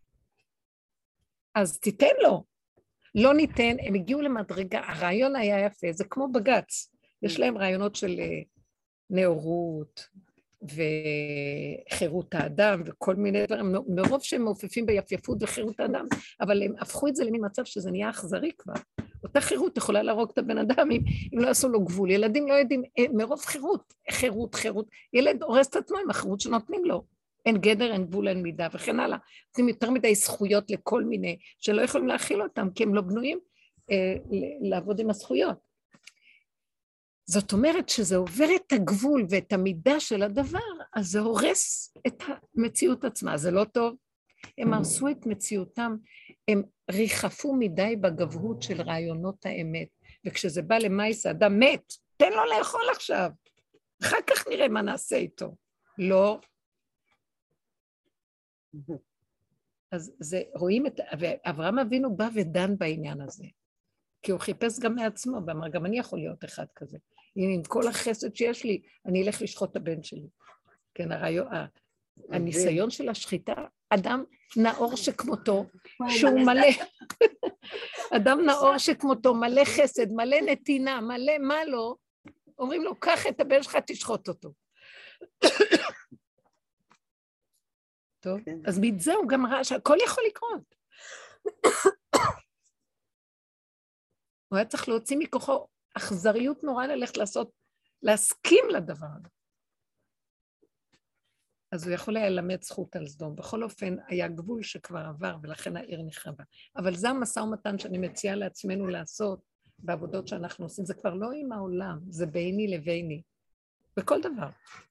אז תיתן לו. לא ניתן, הם הגיעו למדרגה, הרעיון היה יפה, זה כמו בגץ. יש להם רעיונות של נאורות וחירות האדם וכל מיני דברים, מרוב שהם מעופפים ביפייפות וחירות האדם, אבל הם הפכו את זה למין מצב שזה נהיה אכזרי כבר. אותה חירות יכולה להרוג את הבן אדם אם, אם לא עשו לו גבול. ילדים לא יודעים, מרוב חירות, חירות, חירות. ילד הורס את עצמו עם החירות שנותנים לו. אין גדר, אין גבול, אין מידה וכן הלאה. נותנים יותר מדי זכויות לכל מיני, שלא יכולים להכיל אותם, כי הם לא בנויים אה, לעבוד עם הזכויות. זאת אומרת שזה עובר את הגבול ואת המידה של הדבר, אז זה הורס את המציאות עצמה, זה לא טוב. הם הרסו את מציאותם, הם ריחפו מדי בגבהות של רעיונות האמת, וכשזה בא למייס, האדם מת, תן לו לאכול עכשיו, אחר כך נראה מה נעשה איתו. לא. אז זה, רואים את, ואברהם אבינו בא ודן בעניין הזה, כי הוא חיפש גם מעצמו, ואמר, גם אני יכול להיות אחד כזה. עם כל החסד שיש לי, אני אלך לשחוט את הבן שלי. כן, הרעיון, הניסיון של השחיטה, אדם נאור שכמותו, שהוא מלא, אדם נאור שכמותו, מלא חסד, מלא נתינה, מלא מה לא, אומרים לו, קח את הבן שלך, תשחוט אותו. טוב, אז מזה הוא גם ראה שהכל יכול לקרות. הוא היה צריך להוציא מכוחו אכזריות נורא ללכת לעשות, להסכים לדבר הזה. אז הוא יכול היה ללמד זכות על סדום. בכל אופן, היה גבול שכבר עבר, ולכן העיר נחרבה. אבל זה המשא ומתן שאני מציעה לעצמנו לעשות בעבודות שאנחנו עושים. זה כבר לא עם העולם, זה ביני לביני. בכל דבר.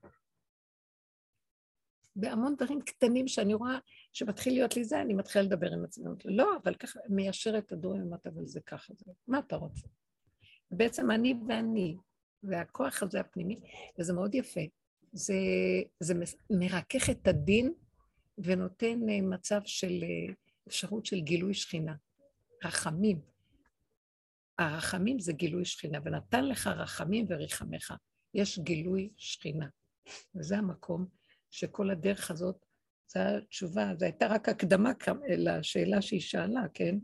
בהמון דברים קטנים שאני רואה שמתחיל להיות לי זה, אני מתחילה לדבר עם עצמי. לא, אבל ככה, מיישר את הדברים, אמרת, אבל זה ככה, זה. מה אתה רוצה? בעצם אני ואני, והכוח הזה הפנימי, וזה מאוד יפה. זה, זה מרכך את הדין ונותן מצב של אפשרות של גילוי שכינה. רחמים. הרחמים זה גילוי שכינה, ונתן לך רחמים וריחמך. יש גילוי שכינה. וזה המקום שכל הדרך הזאת, זו התשובה, זו הייתה רק הקדמה לשאלה שהיא שאלה, כן?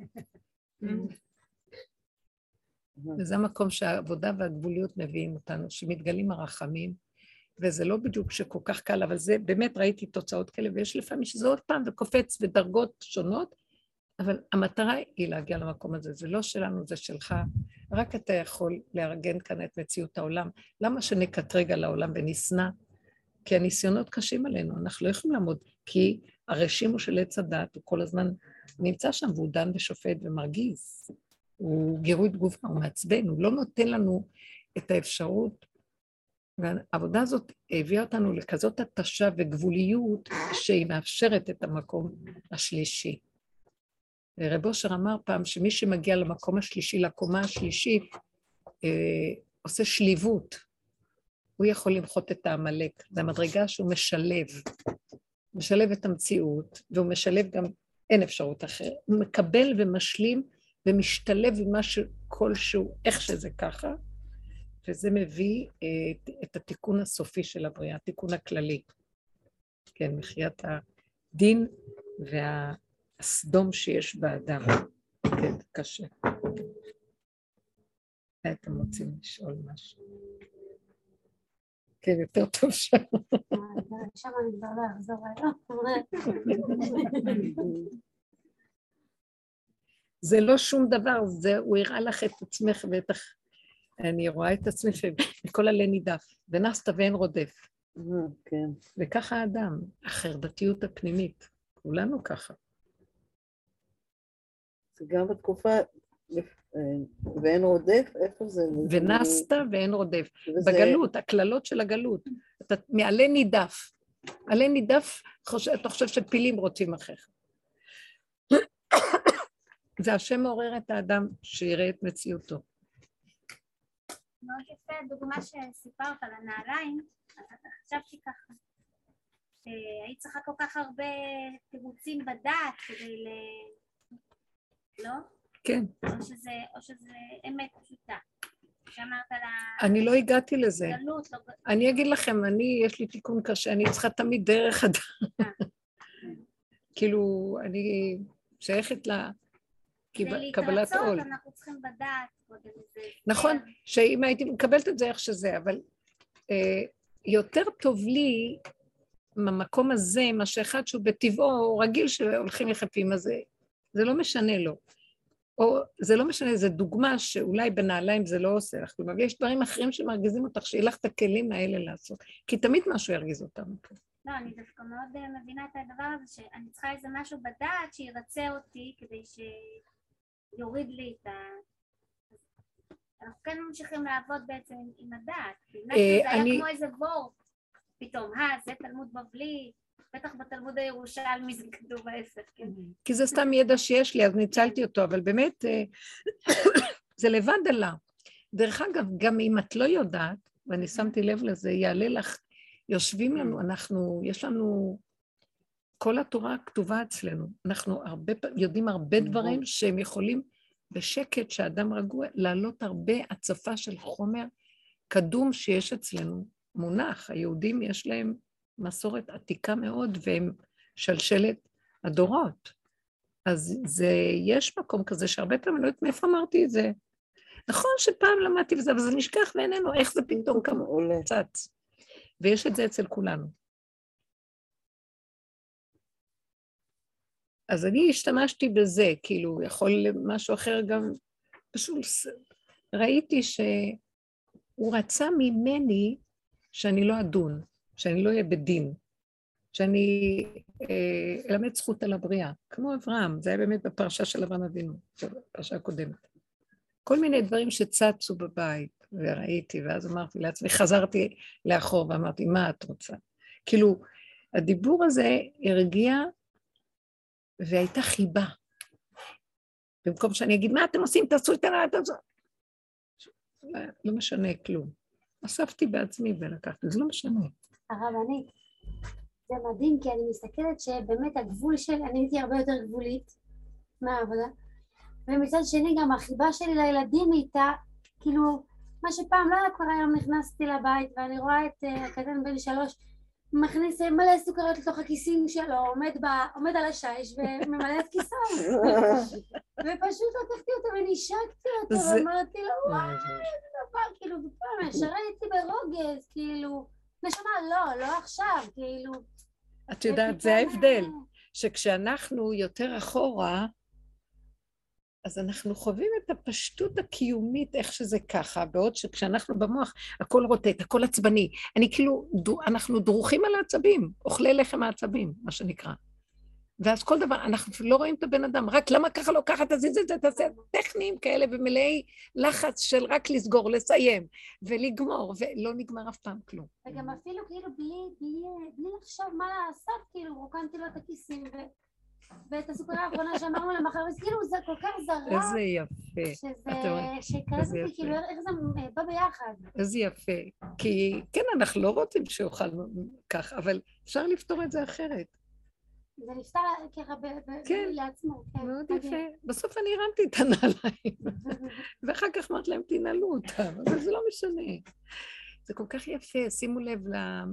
וזה המקום שהעבודה והגבוליות מביאים אותנו, שמתגלים הרחמים, וזה לא בדיוק שכל כך קל, אבל זה באמת ראיתי תוצאות כאלה, ויש לפעמים שזה עוד פעם וקופץ בדרגות שונות, אבל המטרה היא להגיע למקום הזה, זה לא שלנו, זה שלך, רק אתה יכול לארגן כאן את מציאות העולם. למה שנקטרג על העולם ונשנא? כי הניסיונות קשים עלינו, אנחנו לא יכולים לעמוד, כי הרשימו של עץ הדת, הוא כל הזמן נמצא שם, והוא דן ושופט ומרגיז, הוא גירוי תגובה, הוא מעצבן, הוא לא נותן לנו את האפשרות, והעבודה הזאת הביאה אותנו לכזאת התשה וגבוליות, שהיא מאפשרת את המקום השלישי. רב אושר אמר פעם, שמי שמגיע למקום השלישי, לקומה השלישית, אה, עושה שליבות, הוא יכול למחות את העמלק, זה המדרגה שהוא משלב, משלב את המציאות, והוא משלב גם, אין אפשרות אחרת, הוא מקבל ומשלים, ומשתלב עם משהו כלשהו, איך שזה ככה, וזה מביא את, את התיקון הסופי של הבריאה, התיקון הכללי. כן, מחיית הדין והסדום שיש באדם. כן, קשה. אתם רוצים לשאול משהו? כן, יותר טוב שם. שם אני כבר לא אחזור היום. זה לא שום דבר, זה, הוא הראה לך את עצמך ואת... אני רואה את עצמי שכל עלה נידף, ונסת ואין רודף. כן. וככה האדם, החרדתיות הפנימית, כולנו ככה. גם בתקופה, ואין רודף, איפה זה? ונסת ואין רודף. וזה... בגלות, הכללות של הגלות. אתה מעלה נידף. עלה נידף, אתה חושב שפילים רוצים אחריך. זה השם מעורר את האדם שיראה את מציאותו. מאוד יפה, הדוגמה שסיפרת על הנעליים, חשבתי ככה, שהיית צריכה כל כך הרבה תירוצים בדעת כדי ל... לא? כן. או שזה, או שזה אמת פשוטה. שאמרת על ה... אני לא הגעתי לזה. גלות, לא... אני אגיד לכם, אני, יש לי תיקון קשה, אני צריכה תמיד דרך אדם. כאילו, אני שייכת לה... כדי קבלת להתרצות, עול. אנחנו צריכים לדעת קודם זה. נכון, שאם הייתי מקבלת את זה איך שזה, אבל אה, יותר טוב לי במקום הזה, מה שאחד שהוא בטבעו, רגיל שהולכים יחפים, אז זה, זה לא משנה לו. או זה לא משנה, זה דוגמה שאולי בנעליים זה לא עושה לך, אבל יש דברים אחרים שמרגיזים אותך, שיהיה לך את הכלים האלה לעשות, כי תמיד משהו ירגיז אותנו. לא, אני דווקא מאוד מבינה את הדבר הזה, שאני צריכה איזה משהו בדעת שירצה אותי, כדי שיוריד לי את ה... אנחנו כן ממשיכים לעבוד בעצם עם הדעת, כי זה היה כמו איזה וורט, פתאום, אה, זה תלמוד בבלי, בטח בתלמוד הירושלמי זה כתוב ההפך, כן? כי זה סתם ידע שיש לי, אז ניצלתי אותו, אבל באמת זה לבד עלה. דרך אגב, גם אם את לא יודעת, ואני שמתי לב לזה, יעלה לך, יושבים לנו, אנחנו, יש לנו, כל התורה כתובה אצלנו, אנחנו הרבה, יודעים הרבה דברים שהם יכולים בשקט, שהאדם רגוע, לעלות הרבה הצפה של חומר קדום שיש אצלנו, מונח, היהודים יש להם מסורת עתיקה מאוד, והם שלשלת הדורות. אז זה, יש מקום כזה שהרבה פעמים, אני לא יודעת מאיפה אמרתי את זה. נכון שפעם למדתי וזה, אבל זה נשכח ואיננו, איך זה פתאום כמה צץ. ויש את זה אצל כולנו. אז אני השתמשתי בזה, כאילו, יכול משהו אחר גם, פשוט ראיתי שהוא רצה ממני שאני לא אדון, שאני לא אהיה בדין, שאני אה, אלמד זכות על הבריאה, כמו אברהם, זה היה באמת בפרשה של אברהם אבינו, בפרשה הקודמת. כל מיני דברים שצצו בבית, וראיתי, ואז אמרתי לעצמי, חזרתי לאחור ואמרתי, מה את רוצה? כאילו, הדיבור הזה הרגיע, והייתה חיבה. במקום שאני אגיד, מה אתם עושים? תעשו את הנעת הזאת. לא משנה כלום. אספתי בעצמי ולקחתי, זה לא משנה. הרבנית, זה מדהים, כי אני מסתכלת שבאמת הגבול שלי, אני הייתי הרבה יותר גבולית מהעבודה, ומצד שני גם החיבה שלי לילדים איתה, כאילו, מה שפעם לא היה קורה, היום נכנסתי לבית ואני רואה את uh, הקטן בן שלוש, מכניס מלא סוכריות לתוך הכיסים שלו, עומד, ב, עומד על השיש וממלא את כיסו. ופשוט לקחתי אותו ונשקתי אותו זה... ואמרתי לו, וואי, איזה דבר, כאילו, בפעם ישר הייתי ברוגז, כאילו, נשמה, לא, לא עכשיו, כאילו. את יודעת, זה ההבדל, שכשאנחנו יותר אחורה, אז אנחנו חווים את הפשטות הקיומית, איך שזה ככה, בעוד שכשאנחנו במוח, הכל רוטט, הכל עצבני. אני כאילו, אנחנו דרוכים על העצבים, אוכלי לחם העצבים, מה שנקרא. ואז כל דבר, אנחנו לא רואים את הבן אדם, רק למה ככה לא ככה, תזיז את זה, תעשה טכניים כאלה, ומלאי לחץ של רק לסגור, לסיים, ולגמור, ולא נגמר אף פעם כלום. וגם אפילו כאילו בלי, בלי, בלי לחשוב מה לעשות, כאילו, רוקנתי לו את הכיסים, ו... ואת הסוכריה האחרונה שאמרנו למחר, אז כאילו זה כל כך זרה. איזה יפה. שזה, שקלטתי כאילו איך זה בא ביחד. איזה יפה. כי כן, אנחנו לא רוצים שאוכל כך, אבל אפשר לפתור את זה אחרת. זה נפתר ככה לעצמו. מאוד יפה. בסוף אני הרמתי את הנעליים. ואחר כך אמרת להם, תנעלו אותם, אבל זה לא משנה. זה כל כך יפה, שימו לב,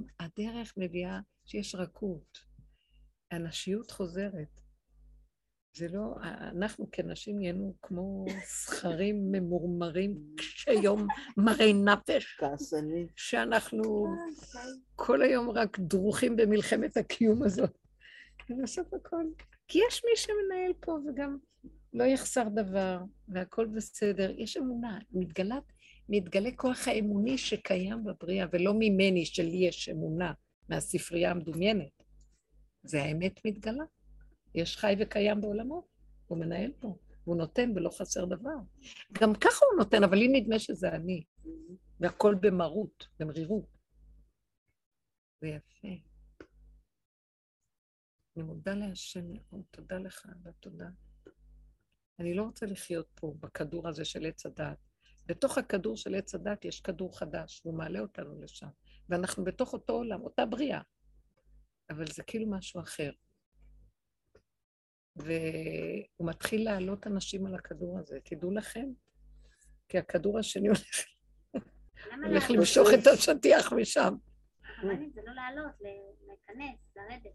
הדרך מביאה שיש רכות. האנשיות חוזרת. זה לא, אנחנו כנשים נהיינו כמו זכרים ממורמרים, קשי יום מרי נפש, כעסני. שאנחנו כל היום רק דרוכים במלחמת הקיום הזאת. ובסוף הכל, כי יש מי שמנהל פה וגם לא יחסר דבר, והכל בסדר. יש אמונה, מתגלת, מתגלה כוח האמוני שקיים בבריאה, ולא ממני שלי יש אמונה מהספרייה המדומיינת. זה האמת מתגלה. יש חי וקיים בעולמו, הוא מנהל פה, הוא נותן ולא חסר דבר. גם ככה הוא נותן, אבל לי נדמה שזה אני, והכל במרות, במרירות. זה יפה. אני מודה להשם מאוד, תודה לך, תודה. אני לא רוצה לחיות פה בכדור הזה של עץ הדעת. בתוך הכדור של עץ הדעת יש כדור חדש, הוא מעלה אותנו לשם, ואנחנו בתוך אותו עולם, אותה בריאה, אבל זה כאילו משהו אחר. והוא מתחיל לעלות אנשים על הכדור הזה, תדעו לכם, כי הכדור השני הולך, הולך למשוך את השטיח משם. אבל זה לא לעלות, להיכנס, לרדת.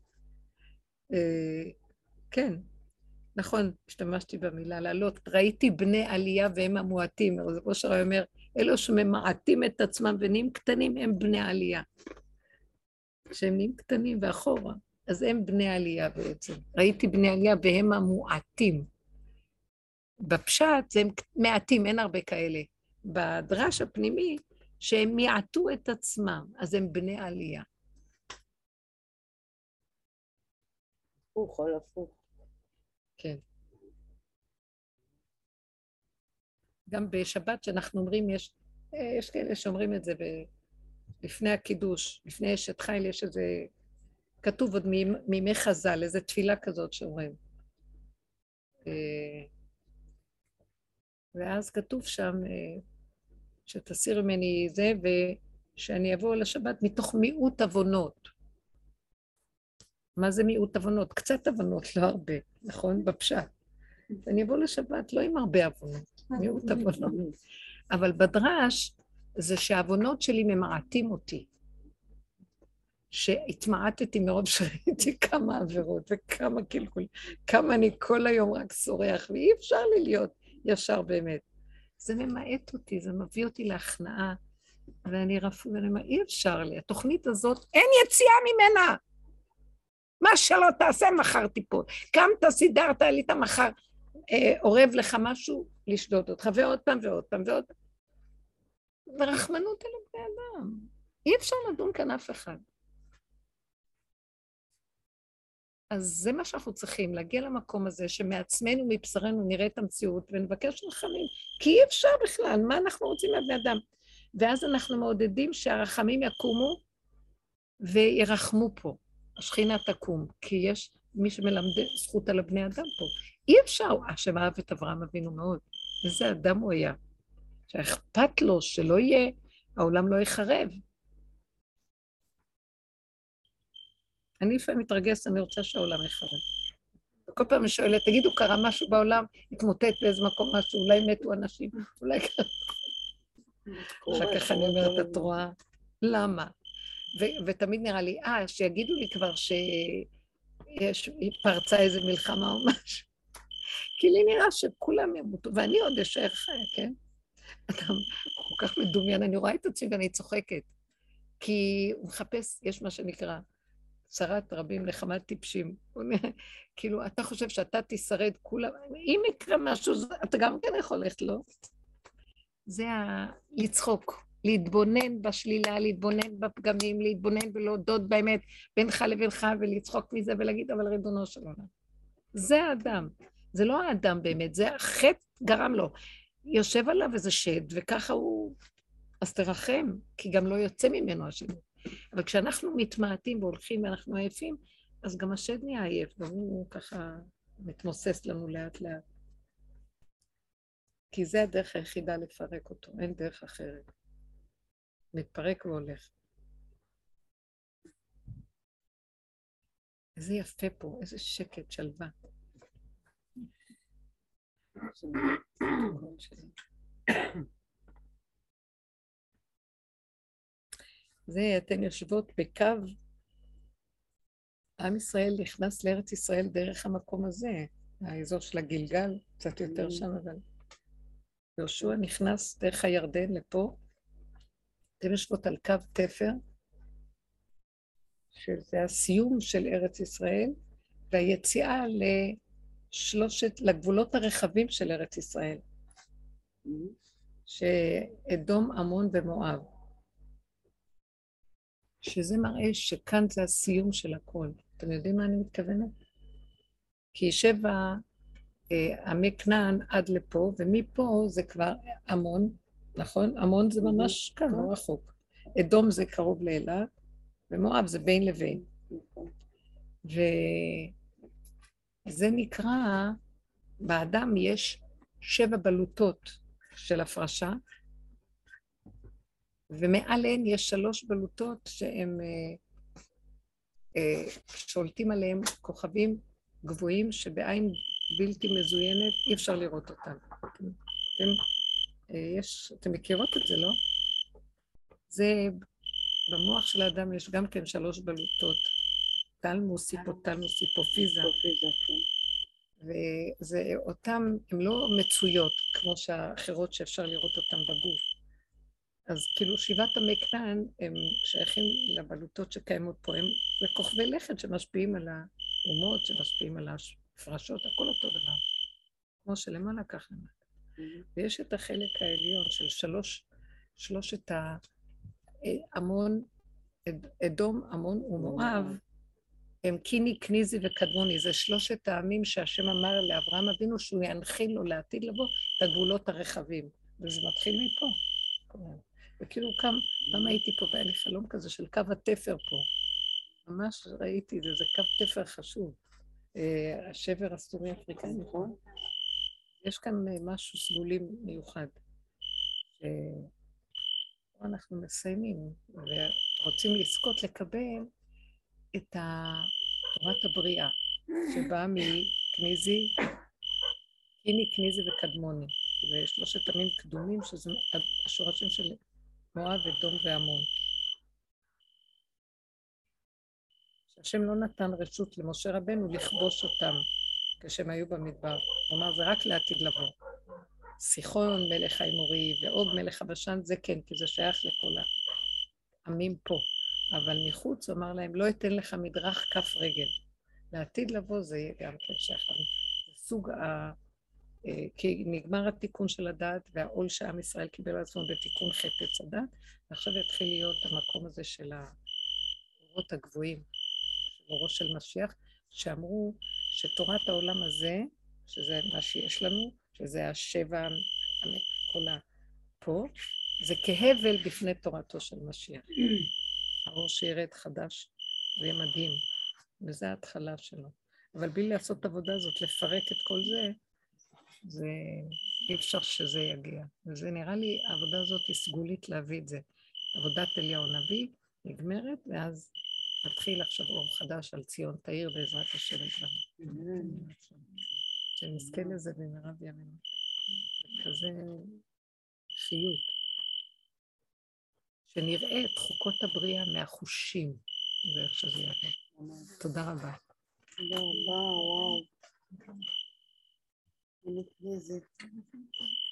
כן, נכון, השתמשתי במילה לעלות, ראיתי בני עלייה והם המועטים, ראש הרב אומר, אלו שממעטים את עצמם ונהיים קטנים הם בני עלייה. שהם נהיים קטנים ואחורה. אז הם בני עלייה בעצם. ראיתי בני עלייה והם המועטים. בפשט זה הם מעטים, אין הרבה כאלה. בדרש הפנימי, שהם מיעטו את עצמם, אז הם בני עלייה. הפוך, על הפוך. כן. גם בשבת שאנחנו אומרים, יש, יש כאלה שאומרים את זה ב, לפני הקידוש, לפני אשת חיל יש איזה... כתוב עוד מימי חז"ל, איזו תפילה כזאת שאומרים. ואז כתוב שם, שתסיר ממני זה, ושאני אבוא לשבת מתוך מיעוט אבונות. מה זה מיעוט אבונות? קצת אבונות, לא הרבה, נכון? בפשט. אני אבוא לשבת לא עם הרבה אבונות, מיעוט אבונות. אבל בדרש, זה שהאבונות שלי ממעטים אותי. שהתמעטתי מרוב שראיתי כמה עבירות וכמה קלקולים, כמה אני כל היום רק שורח, ואי אפשר לי להיות ישר באמת. זה ממעט אותי, זה מביא אותי להכנעה, ואני רפוא, ואני אומר, אי אפשר לי, התוכנית הזאת, אין יציאה ממנה. מה שלא תעשה, מחר תיפול. קמת, סידרת, עלית מחר, אה, עורב לך משהו, לשדוד אותך, ועוד פעם ועוד פעם ועוד פעם. ורחמנות אלה בני אדם. אי אפשר לדון כאן אף אחד. אז זה מה שאנחנו צריכים, להגיע למקום הזה, שמעצמנו, מבשרנו, נראה את המציאות, ונבקש רחמים, כי אי אפשר בכלל, מה אנחנו רוצים מהבני אדם? ואז אנחנו מעודדים שהרחמים יקומו, וירחמו פה, השכינה תקום, כי יש מי שמלמד זכות על הבני אדם פה. אי אפשר, השם אהב את אברהם אבינו מאוד, איזה אדם הוא היה, שאכפת לו שלא יהיה, העולם לא יחרב. אני לפעמים מתרגשת, אני רוצה שהעולם יחרב. וכל פעם אני שואלת, תגידו, קרה משהו בעולם, התמוטט באיזה מקום משהו, אולי מתו אנשים, אולי קרה. אחר כך אני אומרת, את רואה, למה? ותמיד נראה לי, אה, שיגידו לי כבר שיש פרצה איזה מלחמה או משהו. כי לי נראה שכולם ימותו, ואני עוד אשאר חיה, כן? אדם כל כך מדומיין, אני רואה את עצמי ואני צוחקת. כי הוא מחפש, יש מה שנקרא, צרת רבים לחמת טיפשים. כאילו, אתה חושב שאתה תשרד כולם, אם יקרה משהו, אתה גם כן יכול ללכת, לא? זה ה... לצחוק, להתבונן בשלילה, להתבונן בפגמים, להתבונן ולהודות באמת בינך לבינך ולצחוק מזה ולהגיד, אבל ריבונו של עולם. זה האדם, זה לא האדם באמת, זה החטא גרם לו. יושב עליו איזה שד וככה הוא... אז תרחם, כי גם לא יוצא ממנו השני. אבל כשאנחנו מתמעטים והולכים ואנחנו עייפים, אז גם השד נהיה עייף, והוא ככה מתמוסס לנו לאט לאט. כי זה הדרך היחידה לפרק אותו, אין דרך אחרת. מתפרק והולך. איזה יפה פה, איזה שקט, שלווה. זה, אתן יושבות בקו, עם ישראל נכנס לארץ ישראל דרך המקום הזה. האזור של הגלגל, קצת יותר שם, אבל יהושע נכנס דרך הירדן לפה, אתם יושבות על קו תפר, שזה הסיום של ארץ ישראל, והיציאה לשלושת, לגבולות הרחבים של ארץ ישראל, שאדום, עמון ומואב. שזה מראה שכאן זה הסיום של הכל. אתם יודעים מה אני מתכוונת? כי שבע עמי כנען עד לפה, ומפה זה כבר עמון, נכון? עמון זה ממש כאן, לא רחוק. אדום זה קרוב לאילת, ומואב זה בין לבין. וזה נקרא, באדם יש שבע בלוטות של הפרשה, ומעליהן יש שלוש בלוטות שהם אה, אה, שולטים עליהם כוכבים גבוהים שבעין בלתי מזוינת אי אפשר לראות אותם. אתם, אה, יש, אתם מכירות את זה, לא? זה, במוח של האדם יש גם כן שלוש בלוטות, תלמוס, היפותלמוס, היפופיזה. וזה אותם, הן לא מצויות כמו שהאחרות שאפשר לראות אותן בגוף. אז כאילו שבעת עמי כנען הם שייכים לבלוטות שקיימות פה, הם זה כוכבי לכת שמשפיעים על האומות, שמשפיעים על ההפרשות, הכל אותו דבר. כמו שלמעלה כך למעלה. ויש את החלק העליון של שלוש, שלושת העמון, אדום, עמון ומואב, הם קיני, כניזי וקדמוני, זה שלושת העמים שהשם אמר לאברהם אבינו שהוא ינחיל לו לעתיד לבוא את הגבולות הרחבים, וזה מתחיל מפה. וכאילו קם, למה הייתי פה והיה לי חלום כזה של קו התפר פה, ממש ראיתי, זה, זה קו תפר חשוב, השבר הסורי אפריקאי, נכון? יש כאן משהו סגולי מיוחד, שאנחנו מסיימים ורוצים לזכות לקבל את תורת הבריאה, שבאה מכניזי, קיני, כניזי וקדמוני, ושלושת עמים קדומים, שזה השורשים של מואב, אדום ועמון. שהשם לא נתן רשות למשה רבנו לכבוש אותם, כשהם היו במדבר. הוא אמר, זה רק לעתיד לבוא. סיחון, מלך האמורי, ואוג, מלך הבשן, זה כן, כי זה שייך לכל העמים פה. אבל מחוץ הוא אמר להם, לא אתן לך מדרך כף רגל. לעתיד לבוא זה יהיה גם כן שייך. זה סוג ה... כי נגמר התיקון של הדת, והעול שעם ישראל קיבל על עצמו בתיקון חטא עץ הדת, ועכשיו יתחיל להיות המקום הזה של האורות הגבוהים, של אורו של משיח, שאמרו שתורת העולם הזה, שזה מה שיש לנו, שזה השבע, כל הפה, זה כהבל בפני תורתו של משיח. האור שירד חדש, זה יהיה מדהים, וזה ההתחלה שלו. אבל בלי לעשות את העבודה הזאת, לפרק את כל זה, זה אי אפשר שזה יגיע. וזה נראה לי, העבודה הזאת היא סגולית להביא את זה. עבודת אליהו נביא נגמרת, ואז מתחיל עכשיו אור חדש על ציון תאיר בעזרת השם יתברך. שנזכה לזה במהרה בימינו. כזה חיות. שנראה את חוקות הבריאה מהחושים. זה איך שזה יבוא. תודה רבה. תודה רבה, וואו. אני כזה.